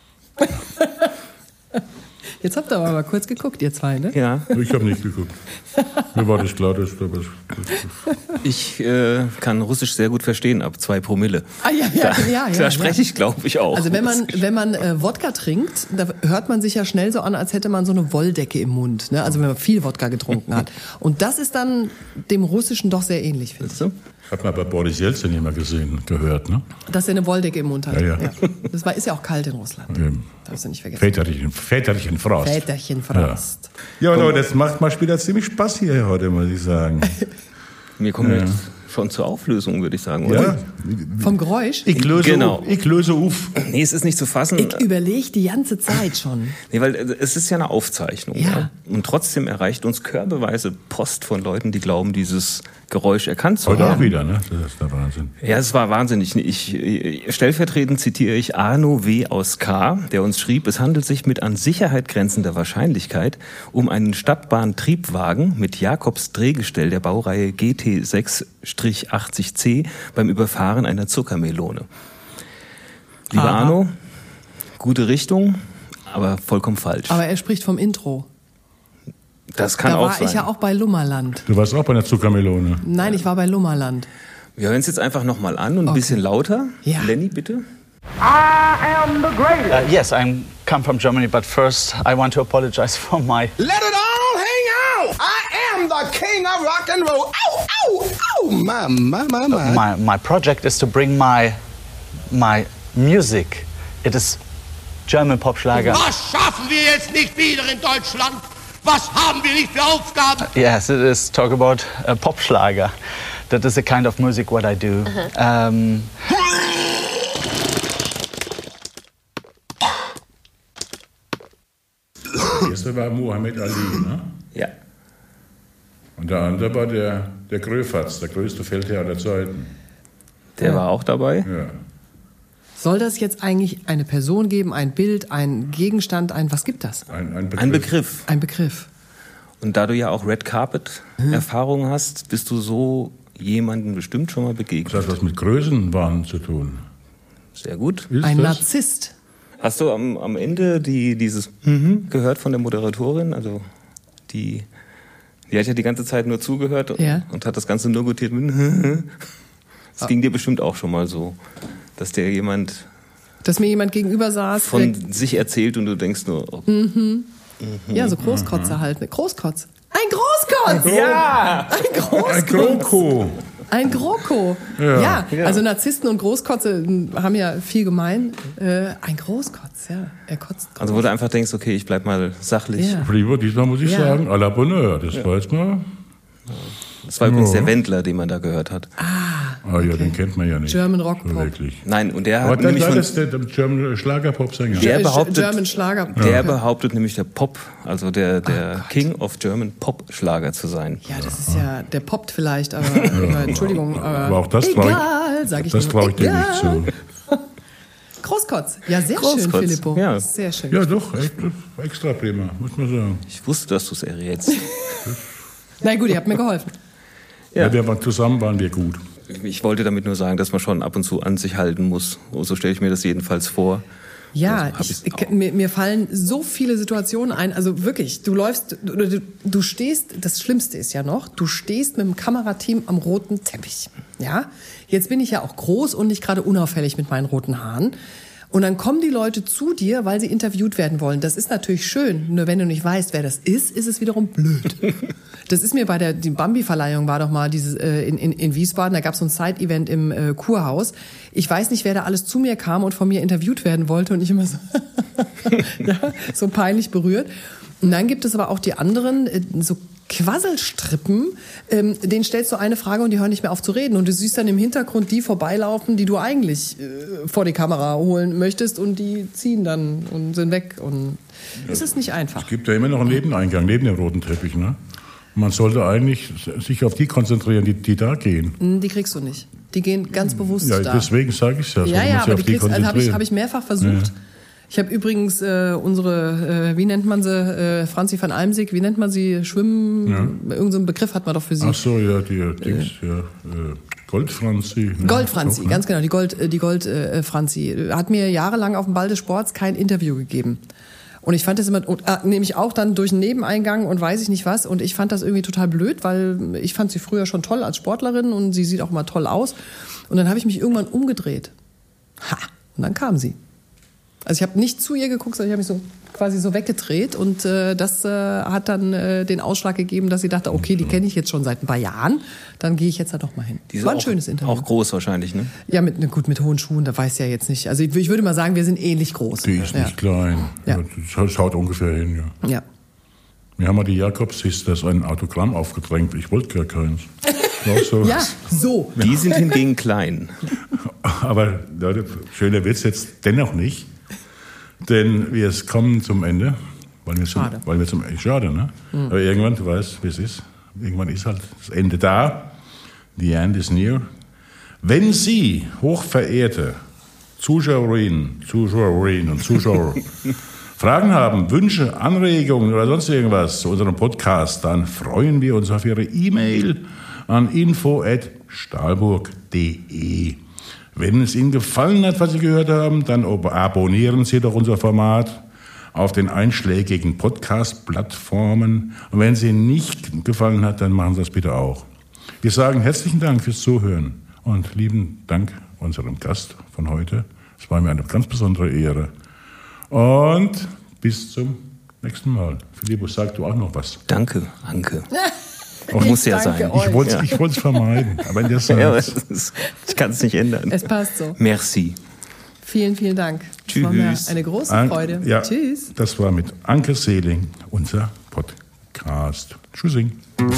Jetzt habt ihr aber mal kurz geguckt, ihr zwei, ne? Ja. Ich habe nicht geguckt. Mir war das klar, dass da was... Ich äh, kann Russisch sehr gut verstehen, ab zwei Promille. Ah, ja, ja, da, ja, ja, da spreche ja. ich, glaube ich, auch. Also wenn man, wenn man äh, Wodka trinkt, da hört man sich ja schnell so an, als hätte man so eine Wolldecke im Mund. Ne? Also wenn man viel Wodka getrunken hat. Und das ist dann dem Russischen doch sehr ähnlich, finde ich. Hat man bei Boris Jelzin immer gesehen, gehört, ne? Dass er eine Wolldecke im Mund hat. Ja, ja. Das war, ist ja auch kalt in Russland. Ähm, Darfst du nicht vergessen. väterlichen, väterlichen Frost. Väterchen Frost. Ja, ja Leute, das macht mal später ziemlich Spaß hier heute, muss ich sagen. Wir kommen Ja. jetzt schon zur Auflösung, würde ich sagen, oder? Ja, Vom Geräusch? ich löse Genau. auf. Ich löse auf. Nee, es ist nicht zu fassen. Ich überlege die ganze Zeit schon. Nee, weil äh, es ist ja eine Aufzeichnung. Ja. Ja. Und trotzdem erreicht uns körbeweise Post von Leuten, die glauben, dieses Geräusch erkannt zu Heute haben. auch wieder, ne? Das ist der Wahnsinn. Ja, es war wahnsinnig. Ich, ich, stellvertretend zitiere ich Arno W. aus K., der uns schrieb, es handelt sich mit an Sicherheit grenzender Wahrscheinlichkeit um einen Stadtbahn-Triebwagen mit Jakobs-Drehgestell der Baureihe G T sechs achtzig C beim Überfahren einer Zuckermelone. Lieber Aha. Arno, gute Richtung, aber vollkommen falsch. Aber er spricht vom Intro. das kann Da auch war sein. ich ja auch bei Lummerland. Du warst auch bei einer Zuckermelone. Nein, ich war bei Lummerland. Wir hören es jetzt einfach nochmal an und ein Okay. bisschen lauter. Ja. Lenny, bitte. Uh, yes, I come from Germany, but first I want to apologize for my... Let it all hang out. I am the king of rock and roll. Ow, ow, ow. My, my, my, my. My, my project is to bring my, my music. It is German Popschlager. Was schaffen wir jetzt nicht wieder in Deutschland? Was haben wir nicht für Aufgaben? Yes, it is talk about uh, Popschlager. That is the kind of music what I do. Um, Der erste war Muhammad Ali, ne? Ja. Und der andere war der, der Gröfatz, der größte Feldherr aller Zeiten. Der war auch dabei. Ja. Soll das jetzt eigentlich eine Person geben, ein Bild, ein Gegenstand, ein was gibt das? Ein, ein Begriff. Ein Begriff. Ein Begriff. Und da du ja auch Red Carpet Erfahrung hast, bist du so jemandem bestimmt schon mal Das begegnet. hat was mit Größenwahn zu tun. Sehr gut. Ist Ein das? Narzisst. Hast du am, am Ende die, dieses mhm gehört von der Moderatorin? Also die, die hat ja die ganze Zeit nur zugehört und, Ja. und hat das Ganze nur gutiert mit mhm. Das ging dir bestimmt auch schon mal so, dass der jemand Dass mir jemand gegenüber saß. von der, sich erzählt und du denkst nur, oh, ja, so Großkotze halt. Mit Großkotz. Ein Großkotz! ja! Ein Großkotz! Ein Kroko. Ein GroKo. Ja. ja, also Narzissten und Großkotze haben ja viel gemein. Äh, ein Großkotz, ja. Er kotzt groß. Also wo du einfach denkst, okay, ich bleib mal sachlich. Ja. Lieber, diesmal muss ich Ja. sagen, à la Bonheur. Das war jetzt mal... Das war übrigens Ja. der Wendler, den man da gehört hat. Ah ja, den kennt man ja nicht. German Rock So Pop. wirklich. Nein, und der Aber hat dann nämlich war von, das der, der German Schlagerpop-Sänger. Der Äh, behauptet- German Schlager. der behauptet nämlich der Pop, also der, der King of German Pop-Schlager zu sein. Ja, das ist ja, der poppt vielleicht, aber, aber Entschuldigung, aber, Aber auch das traue egal, sag ich, ich das nur. trau ich dir nicht Egal. zu. Großkotz. Ja, sehr Großkotz, schön, Filippo. ja. Sehr schön. Ja, doch, echt, extra prima, muss man sagen. Ich wusste, dass du es errätst. Na gut, ihr habt mir geholfen. Ja. Ja, wir waren, zusammen waren wir gut. Ich wollte damit nur sagen, dass man schon ab und zu an sich halten muss. So stelle ich mir das jedenfalls vor. Ja, Also hab ich, ich's ich, auch. mir, mir fallen so viele Situationen ein. Also wirklich, du läufst, du, du, du stehst, das Schlimmste ist ja noch, du stehst mit dem Kamerateam am roten Teppich. Ja, jetzt bin ich ja auch groß und nicht gerade unauffällig mit meinen roten Haaren. Und dann kommen die Leute zu dir, weil sie interviewt werden wollen. Das ist natürlich schön. Nur wenn du nicht weißt, wer das ist, ist es wiederum blöd. Das ist mir bei der die Bambi-Verleihung war doch mal dieses äh, in, in, in Wiesbaden. Da gab es so ein Side-Event im äh, Kurhaus. Ich weiß nicht, wer da alles zu mir kam und von mir interviewt werden wollte. Und ich immer so, ja, so peinlich berührt. Und dann gibt es aber auch die anderen, äh, so Quasselstrippen, ähm, denen stellst du eine Frage und die hören nicht mehr auf zu reden. Und du siehst dann im Hintergrund die vorbeilaufen, die du eigentlich äh, vor die Kamera holen möchtest und die ziehen dann und sind weg. Und ja, es ist nicht einfach. Es gibt ja immer noch einen Nebeneingang, neben dem roten Teppich, ne? Man sollte eigentlich sich auf die konzentrieren, die, die da gehen. Die kriegst du nicht. Die gehen ganz bewusst ja, da. Deswegen sage ich es ja. Ja, ja, aber die, die kriegst, also habe ich, hab ich mehrfach versucht. Ja. Ich habe übrigens äh, unsere, äh, wie nennt man sie, äh, Franzi van Almsick, wie nennt man sie, Schwimmen, ja. Irgend so einen Begriff hat man doch für sie. Ach so, ja, die äh, Dings, ja, äh, Goldfranzi. Ne? Goldfranzi, ganz genau, die Gold, die Goldfranzi. Äh, hat mir jahrelang auf dem Ball des Sports kein Interview gegeben. Und ich fand das immer, und, äh, nämlich auch dann durch einen Nebeneingang und weiß ich nicht was. Und ich fand das irgendwie total blöd, weil ich fand sie früher schon toll als Sportlerin und sie sieht auch immer toll aus. Und dann habe ich mich irgendwann umgedreht. Ha! Und dann kam sie. Also ich habe nicht zu ihr geguckt, sondern ich habe mich so quasi so weggedreht und äh, das äh, hat dann äh, den Ausschlag gegeben, dass sie dachte, okay, die kenne ich jetzt schon seit ein paar Jahren, dann gehe ich jetzt da doch mal hin. Die war ein auch, schönes Interview. Auch groß wahrscheinlich, ne? Ja, mit, gut, mit hohen Schuhen, da weiß ich ja jetzt nicht. Also ich, ich würde mal sagen, wir sind ähnlich groß. Die ist ja. nicht klein. Ja. Das schaut ungefähr hin, ja. Ja. Mir haben wir die Jakobs-Sisters ein Autogramm aufgedrängt. Ich wollte gar keins. Auch so. Ja, so. Die sind hingegen klein. Aber Leute, schöner wird's jetzt dennoch nicht. Denn wir kommen zum Ende. Weil wir zum, schade. Weil wir zum, schade, ne? Mhm. Aber irgendwann, du weißt, wie es ist. Irgendwann ist halt das Ende da. The end is near. Wenn Sie, hochverehrte Zuschauerinnen, Zuschauerinnen und Zuschauer, Fragen haben, Wünsche, Anregungen oder sonst irgendwas zu unserem Podcast, dann freuen wir uns auf Ihre E-Mail an info at stahlburg punkt de. Wenn es Ihnen gefallen hat, was Sie gehört haben, dann abonnieren Sie doch unser Format auf den einschlägigen Podcast-Plattformen. Und wenn es Ihnen nicht gefallen hat, dann machen Sie das bitte auch. Wir sagen herzlichen Dank fürs Zuhören und lieben Dank unserem Gast von heute. Es war mir eine ganz besondere Ehre. Und bis zum nächsten Mal. Philippus, sag du auch noch was. Danke, Anke. Auch muss ja sein. Ich wollte es ja. vermeiden, aber in der Zeit. Ja, ist, ich kann es nicht ändern. Es passt so. Merci. Vielen, vielen Dank. Tschüss. Das war mir eine große An, Freude. Ja, Tschüss. Das war mit Anke Seeling, unser Podcast. Tschüssing.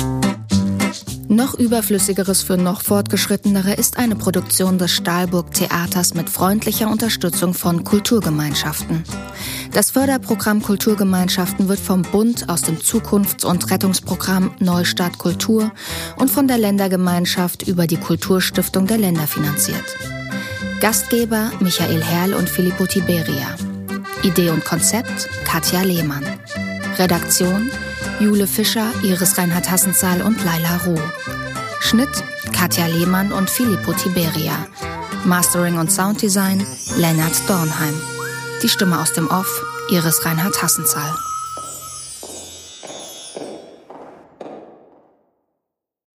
Noch Überflüssigeres für noch Fortgeschrittenere ist eine Produktion des Stahlburg Theaters mit freundlicher Unterstützung von Kulturgemeinschaften. Das Förderprogramm Kulturgemeinschaften wird vom Bund aus dem Zukunfts- und Rettungsprogramm Neustart Kultur und von der Ländergemeinschaft über die Kulturstiftung der Länder finanziert. Gastgeber Michael Herl und Filippo Tiberia. Idee und Konzept Katja Lehmann. Redaktion Jule Fischer, Iris Reinhard-Hassenzahl und Laila Roh. Schnitt Katja Lehmann und Filippo Tiberia. Mastering und Sounddesign Lennart Dornheim. Die Stimme aus dem Off Iris Reinhard-Hassenzahl.